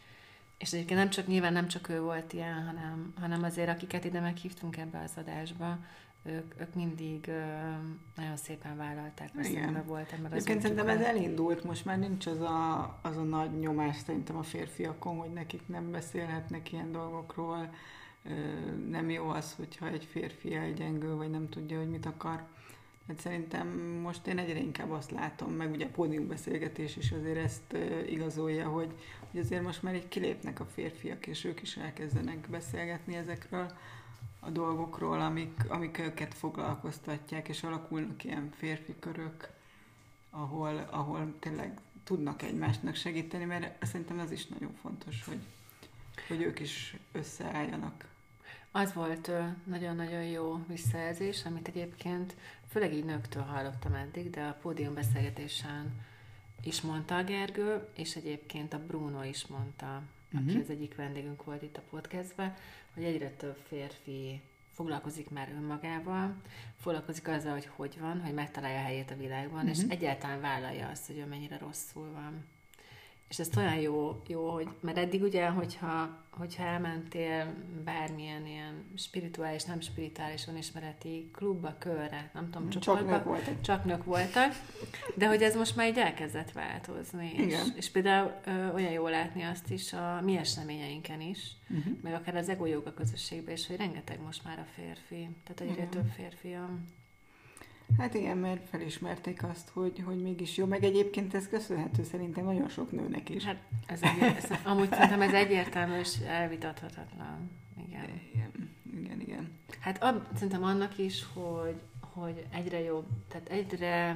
És egyébként nem csak, nyilván nem csak ő volt ilyen, hanem, hanem azért, akiket ide meghívtunk ebbe az adásba, ők, ők mindig ö, nagyon szépen vállalták, mert szemben voltak meg az Egyébként szerintem ez elindult, most már nincs az a, az a nagy nyomás szerintem a férfiakon, hogy nekik nem beszélhetnek ilyen dolgokról, nem jó az, hogyha egy férfi elgyengül, vagy nem tudja, hogy mit akar. Hát szerintem most én egyre inkább azt látom, meg ugye a pódiumbeszélgetés is azért ezt igazolja, hogy, hogy azért most már így kilépnek a férfiak, és ők is elkezdenek beszélgetni ezekről a dolgokról, amik, amik őket foglalkoztatják, és alakulnak ilyen férfi körök, ahol, ahol tényleg tudnak egymásnak segíteni, mert szerintem ez is nagyon fontos, hogy, hogy ők is összeálljanak. Az volt nagyon-nagyon jó visszajelzés, amit egyébként főleg így nőktől hallottam eddig, de a pódiumbeszélgetésen is mondta a Gergő, és egyébként a Bruno is mondta, uh-huh. aki az egyik vendégünk volt itt a podcastben, hogy egyre több férfi foglalkozik már önmagával, foglalkozik azzal, hogy hogy van, hogy megtalálja a helyét a világban, uh-huh. és egyáltalán vállalja azt, hogy ő mennyire rosszul van. És ez olyan jó, jó, hogy, mert eddig ugye, hogyha, hogyha elmentél bármilyen ilyen spirituális, nem spirituális önismereti klubba, körre, nem tudom, csak nők voltak. Csak nők voltak, de hogy ez most már így elkezdett változni. És, és például ö, olyan jó látni azt is a mi eseményeinken is, uh-huh. meg akár az ego jóga közösségben is, hogy rengeteg most már a férfi, tehát egyre uh-huh. több férfi a... Hát igen, mert felismerték azt, hogy, hogy mégis jó, meg egyébként ez köszönhető szerintem nagyon sok nőnek is. Hát ez egy, ez, amúgy szerintem ez egyértelmű és elvitathatatlan. Igen. Igen, igen. igen. Hát ab, szerintem annak is, hogy, hogy egyre jobb, tehát egyre,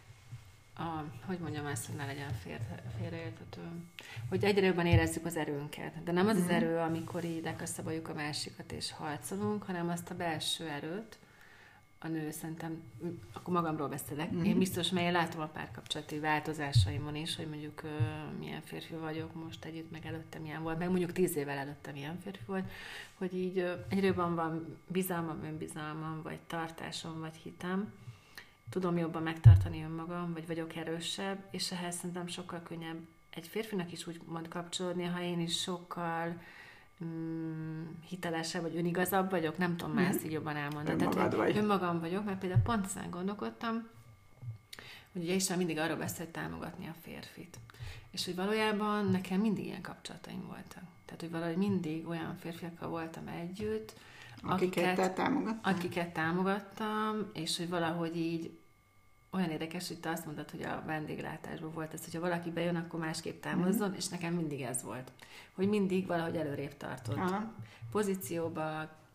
a, hogy mondjam ezt, hogy ne legyen fér, félreérthető, hogy egyre jobban érezzük az erőnket. De nem az az erő, amikor így lekaszaboljuk a másikat és harcolunk, hanem azt a belső erőt, a nő, szerintem, akkor magamról beszélek. Mm-hmm. Én biztos, mert én látom a párkapcsolati változásaimon is, hogy mondjuk uh, milyen férfi vagyok most együtt, meg előtte milyen volt, meg mondjuk tíz évvel előtte milyen férfi volt, hogy így uh, egyre jobban van bizalmam, önbizalmam, vagy tartásom, vagy hitem. Tudom jobban megtartani önmagam, vagy vagyok erősebb, és ehhez szerintem sokkal könnyebb egy férfinak is úgy mond kapcsolódni, ha én is sokkal Mm, hitelesebb, vagy önigazabb vagyok, nem tudom már ezt így jobban elmondani. Tehát, hogy önmagam vagyok, mert például pont ezen gondolkodtam, hogy ugye Isten mindig arról beszél, hogy támogatni a férfit. És hogy valójában nekem mindig ilyen kapcsolataim voltak. Tehát, hogy valahogy mindig olyan férfiakkal voltam együtt, akiket, akiket, támogattam. akiket támogattam, és hogy valahogy így olyan érdekes, hogy te azt mondtad, hogy a vendéglátásban volt ez, hogyha valaki bejön, akkor másképp támozzon, mm. és nekem mindig ez volt. Hogy mindig valahogy előrébb tartott. Aha. Pozícióba,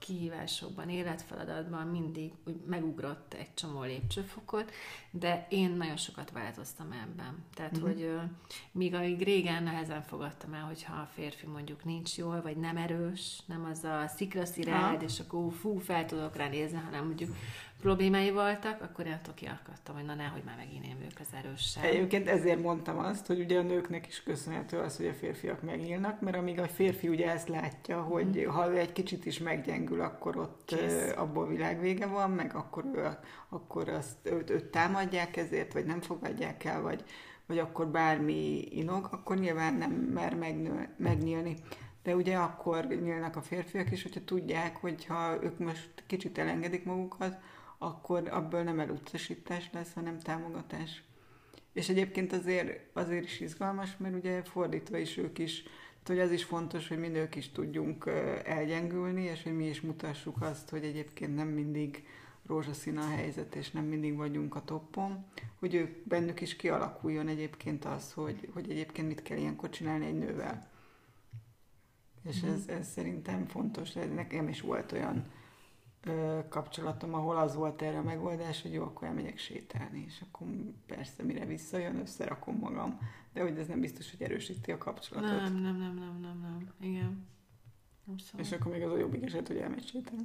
kihívásokban, életfeladatban mindig úgy megugrott egy csomó lépcsőfokot, de én nagyon sokat változtam ebben. Tehát, mm-hmm. hogy míg amíg régen nehezen fogadtam el, hogyha a férfi mondjuk nincs jól, vagy nem erős, nem az a sziklaszirád, és akkor fú, fel tudok rá nézni, hanem mondjuk problémái voltak, akkor én attól kiakadtam, hogy na nehogy már megint én vagyok az erőssel. Egyébként ezért mondtam azt, hogy ugye a nőknek is köszönhető az, hogy a férfiak megnyílnak, mert amíg a férfi ugye ezt látja, hogy mm. ha ő egy kicsit is meggyengül, akkor ott Kész. abból világvége van, meg akkor, ő, akkor azt, őt, őt támadják ezért, vagy nem fogadják el, vagy, vagy akkor bármi inog, akkor nyilván nem mer megnő, megnyílni. De ugye akkor nyílnak a férfiak is, hogyha tudják, hogy ha ők most kicsit elengedik magukat, akkor abból nem elutasítás lesz, hanem támogatás. És egyébként azért, azért is izgalmas, mert ugye fordítva is ők is, hogy az is fontos, hogy mi nők is tudjunk elgyengülni, és hogy mi is mutassuk azt, hogy egyébként nem mindig rózsaszín a helyzet, és nem mindig vagyunk a toppon, hogy ők bennük is kialakuljon egyébként az, hogy, hogy egyébként mit kell ilyenkor csinálni egy nővel. És mm. ez, ez szerintem fontos. Nekem is volt olyan ö, kapcsolatom, ahol az volt erre a megoldás, hogy jó, akkor elmegyek sétálni, és akkor persze mire visszajön, összerakom magam. De hogy ez nem biztos, hogy erősíti a kapcsolatot. Nem, nem, nem, nem, nem, nem. Igen. Nem szóval. És akkor még az a jobbik eset, hogy elmegy sétálni.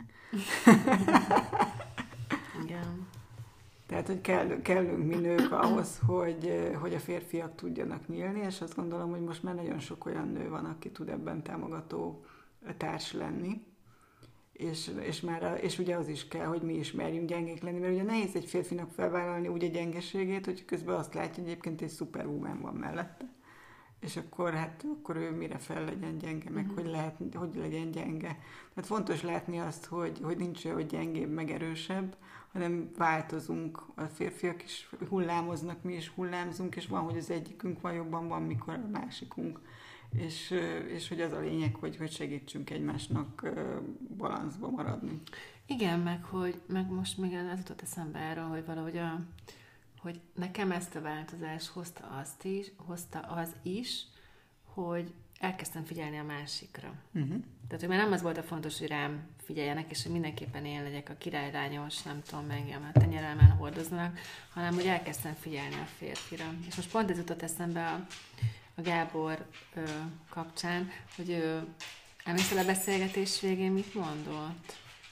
Igen. Tehát, hogy kell, kellünk mi nők ahhoz, hogy, hogy a férfiak tudjanak nyílni, és azt gondolom, hogy most már nagyon sok olyan nő van, aki tud ebben támogató társ lenni. És, és, már, és ugye az is kell, hogy mi ismerjünk gyengék lenni, mert ugye nehéz egy férfinak felvállalni úgy a gyengeségét, hogy közben azt látja, hogy egyébként egy superwoman van mellette. És akkor hát akkor ő mire fel legyen gyenge, meg mm-hmm. hogy, lehet, hogy legyen gyenge. Tehát fontos látni azt, hogy, hogy nincs olyan, hogy gyengébb, meg erősebb, hanem változunk. A férfiak is hullámoznak, mi is hullámzunk, és van, hogy az egyikünk van jobban, van, mikor a másikunk. És, és hogy az a lényeg, hogy, hogy segítsünk egymásnak balanszba maradni. Igen, meg, hogy, meg most még az jutott eszembe erről, hogy valahogy a, hogy nekem ezt a változást hozta, azt is, hozta az is, hogy elkezdtem figyelni a másikra. Uh-huh. Tehát, hogy már nem az volt a fontos, hogy rám figyeljenek, és hogy mindenképpen én legyek a királylányos, nem tudom, meg engem a tenyerelmen hordoznak, hanem hogy elkezdtem figyelni a férfira. És most pont ez jutott eszembe a, a Gábor ö, kapcsán, hogy ő, emlékszel a beszélgetés végén mit mondott?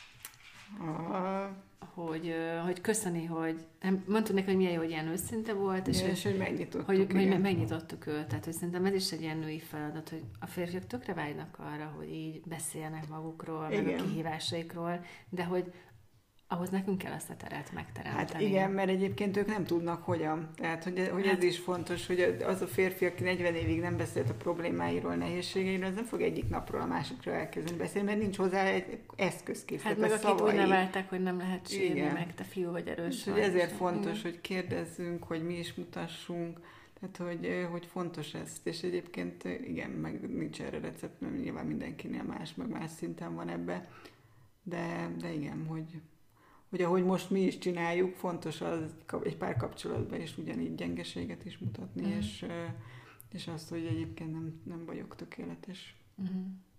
Uh... Hogy, hogy köszöni, hogy mondtuk neki, hogy milyen jó, hogy ilyen őszinte volt, és, ja, és hogy megnyitottuk. Hogy, hogy megnyitottuk őt. Tehát, hogy szerintem ez is egy ilyen női feladat, hogy a férfiak tökre vágynak arra, hogy így beszéljenek magukról, igen. meg a kihívásaikról, de hogy ahhoz nekünk kell azt a teret megteremteni. Hát igen, mert egyébként ők nem tudnak hogyan. Tehát, hogy, hogy hát, ez is fontos, hogy az a férfi, aki negyven évig nem beszélt a problémáiról, nehézségeiről, az nem fog egyik napról a másikra elkezdeni beszélni, mert nincs hozzá egy eszközkészlet. Hát meg akit szavai. Úgy neveltek, hogy nem lehet sírni, igen. meg te fiú vagy erős. Hogy ezért fontos, igen. hogy kérdezzünk, hogy mi is mutassunk, tehát, hogy, hogy fontos ezt, és egyébként igen, meg nincs erre recept, mert nyilván mindenkinél más, meg más szinten van ebbe, de, de igen, hogy hogy ahogy most mi is csináljuk, fontos az egy pár kapcsolatban is ugyanígy gyengeséget is mutatni, mm. és, és azt, hogy egyébként nem, nem vagyok tökéletes. Mm.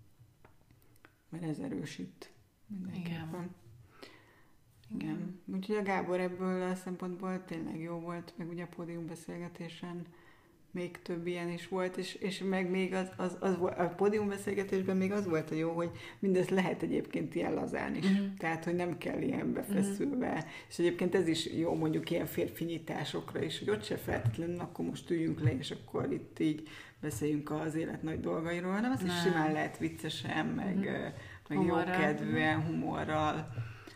Mert ez erősít mindenképpen. Igen. Igen. Úgyhogy a Gábor ebből a szempontból tényleg jó volt, meg ugye a pódiumbeszélgetésen még több ilyen is volt, és, és meg még az, az, az volt, a pódiumbeszélgetésben még az volt a jó, hogy mindezt lehet egyébként ilyen lazán is. Uh-huh. Tehát, hogy nem kell ilyen befeszülve. Uh-huh. És egyébként ez is jó mondjuk ilyen férfi nyitásokra is, hogy ott se feltétlenül, akkor most üljünk le, és akkor itt így beszéljünk az élet nagy dolgairól, hanem azt is simán lehet viccesen, meg, uh-huh. meg jókedvűen, humorral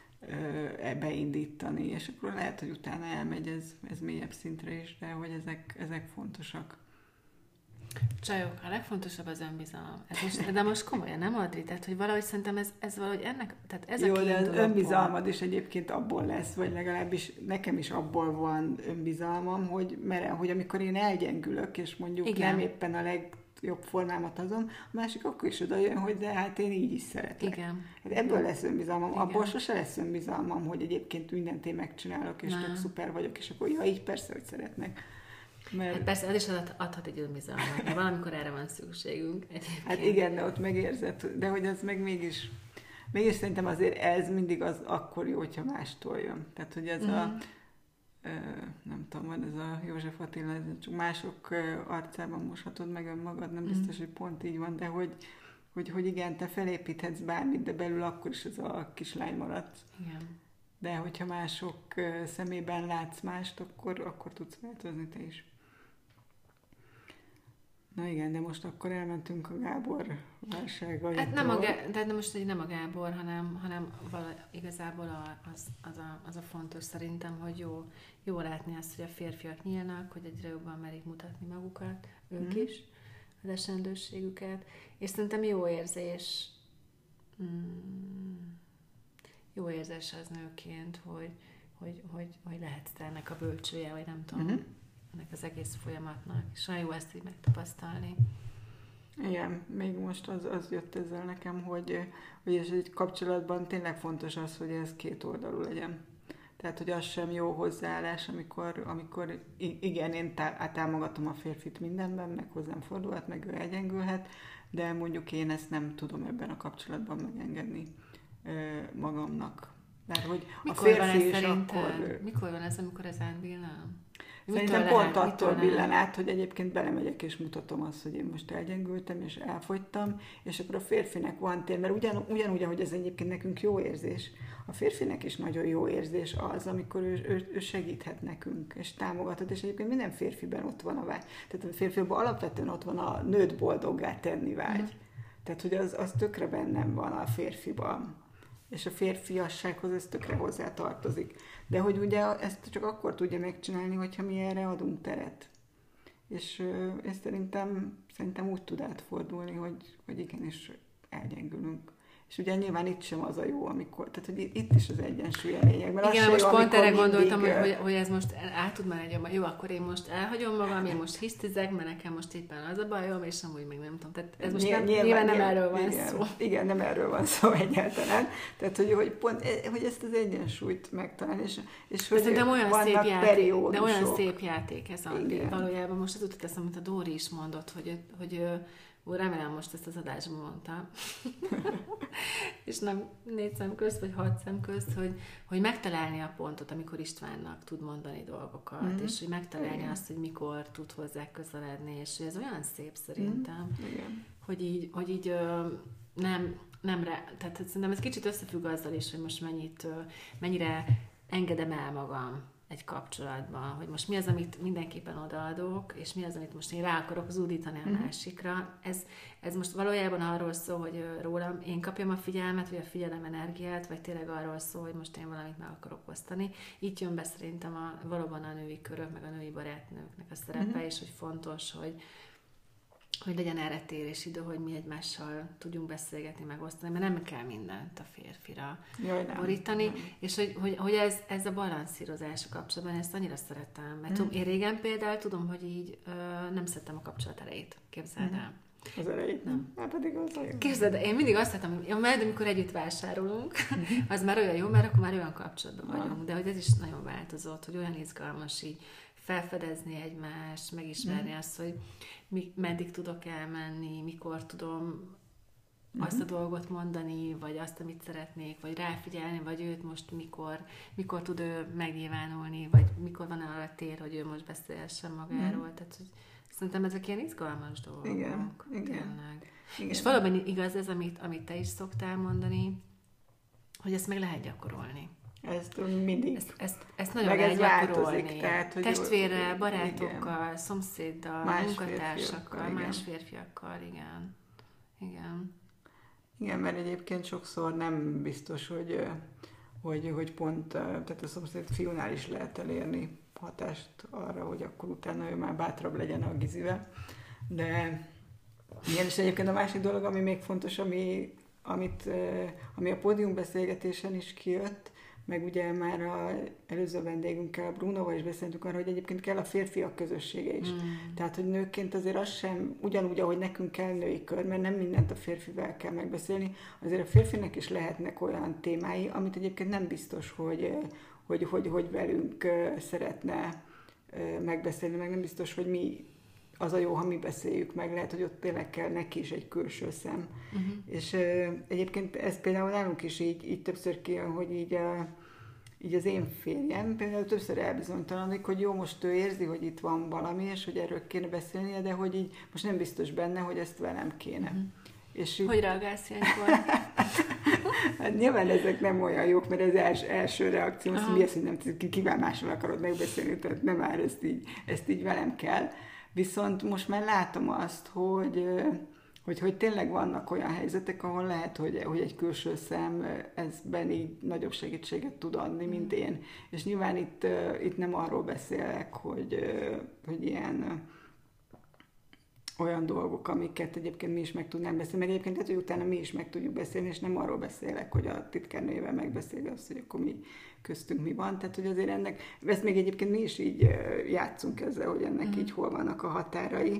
beindítani, és akkor lehet, hogy utána elmegy ez, ez mélyebb szintre is, de hogy ezek, ezek fontosak. Csajok, a legfontosabb az önbizalom. Ez most, de most komolyan, nem Adri? Tehát, hogy valahogy szerintem ez, ez valahogy ennek, tehát ez jó, a de az önbizalmad is egyébként abból lesz, vagy legalábbis nekem is abból van önbizalmam, hogy, mert, hogy amikor én elgyengülök, és mondjuk igen. nem éppen a leg jobb formámat azon, a másik akkor is oda jön, hogy de hát én így is szeretlek. Igen. Hát ebből lesz önbizalmam. Igen. Abból sose lesz önbizalmam, hogy egyébként mindent én megcsinálok, és nem. tök szuper vagyok, és akkor ja, így persze, hogy szeretnek. Mert... Hát persze, az is adhat egy önbizalmat, de valamikor erre van szükségünk. Egyébként. Hát igen, de ott megérzed, de hogy az meg mégis mégis szerintem azért ez mindig az akkor jó, hogyha mástól jön. Tehát, hogy ez mm. a nem tudom, van ez a József Attila, ez csak mások arcában moshatod meg önmagad, nem biztos, hogy pont így van, de hogy, hogy, hogy igen, te felépíthetsz bármit, de belül akkor is ez a kislány maradsz. Igen. De hogyha mások szemében látsz mást, akkor, akkor tudsz változni te is. Na igen, de most akkor elmentünk a Gábor válságaitól. Hát nem a, de most nem a Gábor, hanem, hanem vala, igazából a, az, az, a, az a fontos szerintem, hogy jó, jó látni azt, hogy a férfiak nyílnak, hogy egyre jobban merik mutatni magukat, ők mm. is, az esendőségüket, és szerintem jó érzés, mm, jó érzés az nőként, hogy, hogy, hogy, hogy lehetsz te ennek a bölcsője, vagy nem tudom, mm-hmm. ennek az egész folyamatnak, és olyan jó ezt így megtapasztalni. Igen, még most az, az jött ezzel nekem, hogy, hogy ez egy kapcsolatban tényleg fontos az, hogy ez két oldalú legyen. Tehát, hogy az sem jó hozzáállás, amikor, amikor igen, én tá- támogatom a férfit mindenben, meg hozzám fordulhat, meg ő elgyengülhet, de mondjuk én ezt nem tudom ebben a kapcsolatban megengedni ö, magamnak. Mert hogy mikor a férfi is szerinted? Akkor... Mikor van ez, amikor ez átbillen? Szerintem pont attól billen át, hogy egyébként belemegyek és mutatom azt, hogy én most elgyengültem és elfogytam, és akkor a férfinek van tér, mert ugyan, ugyanúgy, ahogy ez egyébként nekünk jó érzés, a férfinek is nagyon jó érzés az, amikor ő, ő, ő segíthet nekünk, és támogathat, és egyébként minden férfiben ott van a vágy. Tehát a férfiban alapvetően ott van a nőt boldoggá tenni vágy. Mm. Tehát, hogy az, az tökre bennem van a férfiban. És a férfiassághoz ez tökre hozzá tartozik. De hogy ugye ezt csak akkor tudja megcsinálni, hogyha mi erre adunk teret. És ez szerintem, szerintem úgy tud átfordulni, hogy, hogy igenis elgyengülünk. És ugye nyilván itt sem az a jó, amikor, tehát hogy itt is az egyensúly a lényeg. Mert igen, most jó, pont erre mindig... gondoltam, hogy, hogy, hogy ez most át tud menni, hogy jó, akkor én most elhagyom magam, én most hisztizek, mert nekem most éppen az a bajom, és amúgy még nem tudom. Tehát ez most nyilván, nem, nyilván nem nyilván, erről van igen, szó. Igen, nem erről van szó egyáltalán. Tehát, hogy, hogy, pont, hogy ezt az egyensúlyt megtalálni, és, és hogy olyan vannak szép játék, periódusok. de olyan szép játék ez, ami valójában most az utat eszem, amit a Dóri is mondott, hogy, hogy Ó, remélem most ezt az adásban mondtam. És nem négy szem közt, vagy hat szem közt, hogy, hogy megtalálni a pontot, amikor Istvánnak tud mondani dolgokat, mm-hmm. és hogy megtalálni igen. azt, hogy mikor tud hozzá közeledni, és ez olyan szép szerintem, mm-hmm. hogy így, hogy így ö, nem, nem re, tehát szerintem ez kicsit összefügg azzal is, hogy most mennyit, ö, mennyire engedem el magam egy kapcsolatban, hogy most mi az, amit mindenképpen odaadok, és mi az, amit most én rá akarok zúdítani a mm. másikra. Ez, ez most valójában arról szól, hogy rólam én kapjam a figyelmet, vagy a figyelem energiát, vagy tényleg arról szól, hogy most én valamit meg akarok osztani. Itt jön be szerintem a, valóban a női körök, meg a női barátnőknek a szerepe, mm. és hogy fontos, hogy hogy legyen erre térés idő, hogy mi egymással tudjunk beszélgetni, megosztani, mert nem kell mindent a férfira Jaj, nem, borítani, nem. és hogy, hogy, hogy ez, ez a balanszírozás a kapcsolatban, ezt annyira szeretem. Mert mm. tudom, én régen például tudom, hogy így ö, nem szerettem a kapcsolat elejét, képzeld el. Az elejét nem. Hát pedig az olyan. Képzeld el, én mindig azt szeretem, hogy majd amikor együtt vásárolunk, az már olyan jó, mert akkor már olyan kapcsolatban vagyunk, de hogy ez is nagyon változott, hogy olyan izgalmas így felfedezni egymást, megismerni mm. azt, hogy mi, meddig tudok elmenni, mikor tudom mm. azt a dolgot mondani, vagy azt, amit szeretnék, vagy ráfigyelni, vagy őt most mikor, mikor tud ő megnyilvánulni, vagy mikor van arra tér, hogy ő most beszélhessen magáról. Mm. Tehát, hogy szerintem ezek ilyen izgalmas dolgok. Igen, igen. Tényleg. Igen. És valóban igaz ez, amit, amit te is szoktál mondani, hogy ezt meg lehet gyakorolni. Ezt mindig. Ezt, ezt, ezt nagyon lehet gyakorolni. Tehát, hogy testvérrel, barátokkal, igen. szomszéddal, más munkatársakkal, férfiakkal, más férfiakkal, igen. igen. Igen, mert egyébként sokszor nem biztos, hogy, hogy, hogy pont, tehát a szomszéd fiúnál is lehet elérni hatást arra, hogy akkor utána ő már bátrabb legyen a Gizivel. De igen, és egyébként a másik dolog, ami még fontos, ami, amit, ami a pódiumbeszélgetésen is kijött, meg ugye már az előző vendégünkkel, Brunoval is beszéltünk arra, hogy egyébként kell a férfiak közössége is. Mm. Tehát, hogy nőként azért az sem, ugyanúgy, ahogy nekünk kell női kör, mert nem mindent a férfivel kell megbeszélni, azért a férfinek is lehetnek olyan témái, amit egyébként nem biztos, hogy, hogy, hogy, hogy velünk szeretne megbeszélni, meg nem biztos, hogy mi az a jó, ha mi beszéljük meg, lehet, hogy ott tényleg kell neki is egy külső szem. Uh-huh. És uh, egyébként ez például nálunk is így, így többször kijön, hogy így, uh, így az én férjem például többször elbizonytalanodik, hogy jó, most ő érzi, hogy itt van valami, és hogy erről kéne beszélnie, de hogy így most nem biztos benne, hogy ezt velem kéne. Uh-huh. És így... Hogy reagálsz ilyenkor? Hát nyilván ezek nem olyan jók, mert ez els, első reakció, hogy mi ezt, hogy nem kivel mással akarod megbeszélni, tehát nem már ezt így, ezt így velem kell. Viszont most már látom azt, hogy, hogy, hogy tényleg vannak olyan helyzetek, ahol lehet, hogy, hogy egy külső szem ezben így nagyobb segítséget tud adni, mint én. És nyilván itt, itt nem arról beszélek, hogy, hogy ilyen olyan dolgok, amiket egyébként mi is meg tudnánk beszélni, meg egyébként lehet, hogy utána mi is meg tudjuk beszélni, és nem arról beszélek, hogy a titkárnőjével megbeszéli azt, hogy akkor mi köztünk mi van. Tehát, hogy azért ennek, ezt még egyébként mi is így játszunk ezzel, hogy ennek mm. így hol vannak a határai.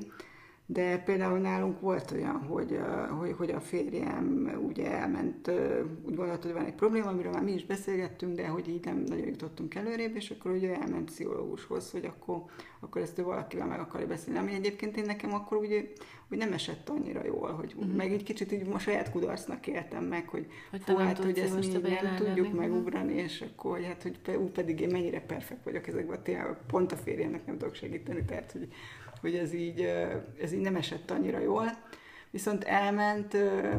De például nálunk volt olyan, hogy, hogy, hogy a férjem ugye elment, úgy gondolta, hogy van egy probléma, amiről már mi is beszélgettünk, de hogy így nem nagyon jutottunk előrébb, és akkor ugye elment pszichológushoz, hogy akkor, akkor ezt ő valakivel meg akarja beszélni. Ami egyébként én nekem akkor úgy, úgy nem esett annyira jól, hogy uh-huh. meg így kicsit így most saját kudarcnak éltem meg, hogy, hogy fú, hát, hogy ezt mi nem tudjuk megugrani, és akkor, hogy hát, hogy ú, pedig én mennyire perfekt vagyok ezekben, tényleg pont a férjemnek nem tudok segíteni, tehát, hogy hogy ez így, ez így nem esett annyira jól. Viszont elment, ö,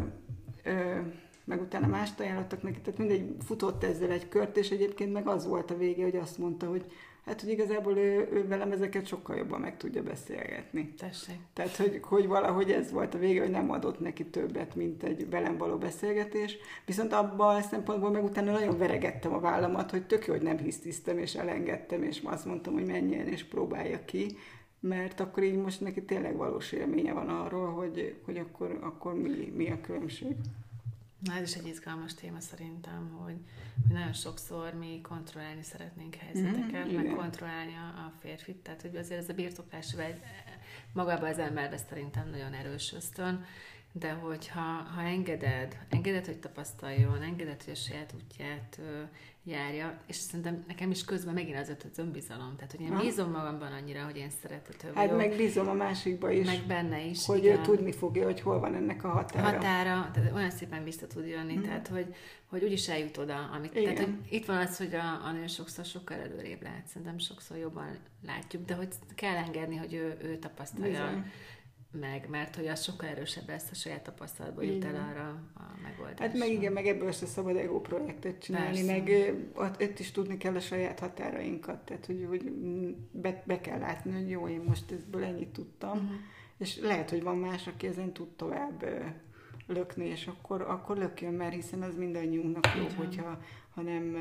ö, meg utána mást ajánlottak neki, tehát mindegy futott ezzel egy kört, és egyébként meg az volt a vége, hogy azt mondta, hogy hát, hogy igazából ő, ő velem ezeket sokkal jobban meg tudja beszélgetni. Tessék. Tehát, hogy, hogy valahogy ez volt a vége, hogy nem adott neki többet, mint egy velem való beszélgetés. Viszont abban a szempontból meg utána nagyon veregettem a vállamat, hogy tök jó, hogy nem hisztisztem, és elengedtem, és azt mondtam, hogy menjen és próbálja ki, mert akkor így most neki tényleg valós élménye van arról, hogy, hogy akkor, akkor mi, mi a különbség. Na, ez is egy izgalmas téma szerintem, hogy, hogy nagyon sokszor mi kontrollálni szeretnénk helyzeteket, mm-hmm, meg igen. kontrollálni a, a férfit, tehát hogy azért ez a birtoklás magában az emberben szerintem nagyon erős ösztön, de hogyha ha engeded, engeded, hogy tapasztaljon, engeded, hogy a saját útját ö, járja, és szerintem nekem is közben megint az öt az önbizalom, tehát hogy én ha. bízom magamban annyira, hogy én szeretető vagyok. Hát meg bízom a másikba is. Meg benne is, hogy igen. ő tudni fogja, hogy hol van ennek a határa. Határa, tehát olyan szépen vissza tud jönni, mm. tehát hogy, hogy úgyis eljut oda, amit, tehát hogy itt van az, hogy a, a nő sokszor sokkal előrébb lát, szerintem sokszor jobban látjuk, de hogy kell engedni, hogy ő, ő tapasztalja. Bizony. Meg, mert hogy az sokkal erősebb ezt a saját tapasztalatból jut el arra a megoldásra. Hát meg igen, meg ebből se szabad ego projektet csinálni, persze. meg ott is tudni kell a saját határainkat, tehát hogy, hogy be, be kell látni, hogy jó, én most ebből ennyit tudtam, uh-huh. és lehet, hogy van más, aki ezen tud tovább lökni, és akkor, akkor lökjön, mert hiszen az mindannyiunknak jó, uh-huh. hogyha ha nem,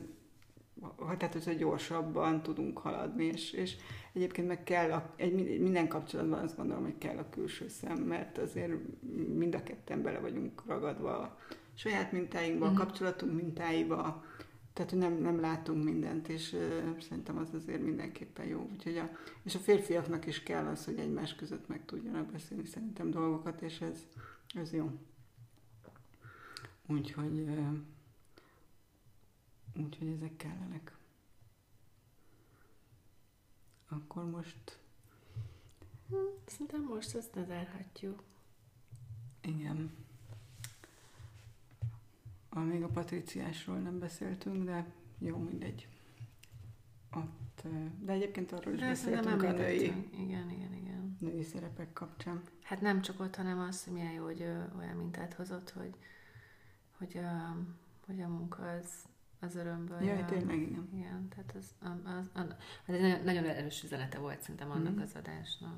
ha, tehát hogy gyorsabban tudunk haladni, és, és egyébként meg kell, a, egy, minden kapcsolatban azt gondolom, hogy kell a külső szem, mert azért mind a ketten bele vagyunk ragadva a saját mintáinkba, uh-huh. a kapcsolatunk mintáiba, tehát hogy nem, nem látunk mindent, és uh, szerintem az azért mindenképpen jó. Úgyhogy a, és a férfiaknak is kell az, hogy egymás között meg tudjanak beszélni szerintem dolgokat, és ez, ez jó. Úgyhogy, uh, úgyhogy ezek kellenek. Akkor most... Szerintem most azt lezárhatjuk. Igen. A, még a patriciásról nem beszéltünk, de jó, mindegy. Ott, de egyébként arról is de beszéltünk a női, igen, igen, igen. női szerepek kapcsán. Hát nem csak ott, hanem az, hogy milyen jó, hogy olyan mintát hozott, hogy, hogy, a, hogy a munka az az örömből. Jaj, tényleg, igen. Igen, tehát az, az, az, az egy nagyon, nagyon erős üzenete volt szerintem annak mm. az adásnak.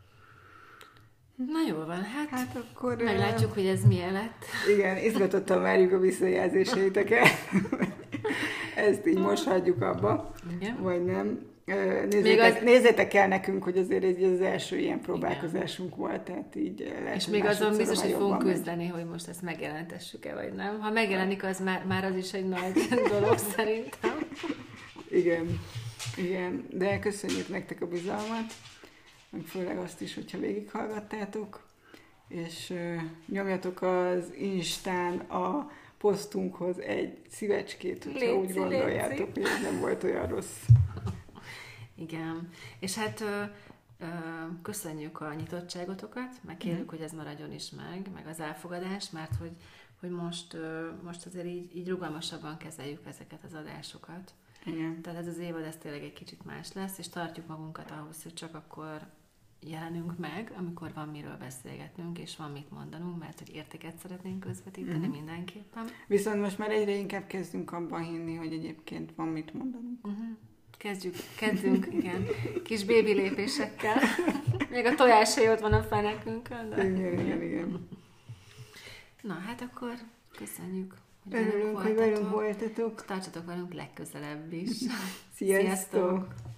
Na jól van, hát, hát akkor meglátjuk, uh, hogy ez milyen lett. Igen, izgatottan várjuk a visszajelzéseiteket. Ezt így most hagyjuk abba, igen. Vagy nem. Nézzétek, az... nézzétek el nekünk, hogy azért ez az első ilyen próbálkozásunk igen. volt, tehát így lehet, és még azon biztos, hogy fogunk küzdeni, hogy most ezt megjelentessük-e, vagy nem. Ha megjelenik, az már, már az is egy nagy dolog szerintem. Igen, igen, de köszönjük nektek a bizalmat, meg főleg azt is, hogyha végighallgattátok, és uh, nyomjatok az Instán a posztunkhoz egy szívecskét, hogyha léci, úgy gondoljátok, léci. Hogy ez nem volt olyan rossz. Igen. És hát Köszönjük a nyitottságotokat, meg kérjük, mm. hogy ez maradjon is meg, meg az elfogadás, mert hogy, hogy most, most azért így, így rugalmasabban kezeljük ezeket az adásokat. Igen. Tehát ez az évad, ez tényleg egy kicsit más lesz, és tartjuk magunkat ahhoz, hogy csak akkor jelenünk meg, amikor van miről beszélgetnünk, és van mit mondanunk, mert hogy értéket szeretnénk közvetíteni mm. mindenképpen. Viszont most már egyre inkább kezdünk abban hinni, hogy egyébként van mit mondanunk. Uh-huh. Kezdjük, kezdünk, igen, kis bébi lépésekkel. Még a tojásai ott van a fenekünkön. De... Igen, igen, igen. Na, hát akkor köszönjük, hogy Örülünk, hogy velünk voltatok. Tartsatok velünk legközelebb is. Sziasztok! Sziasztok.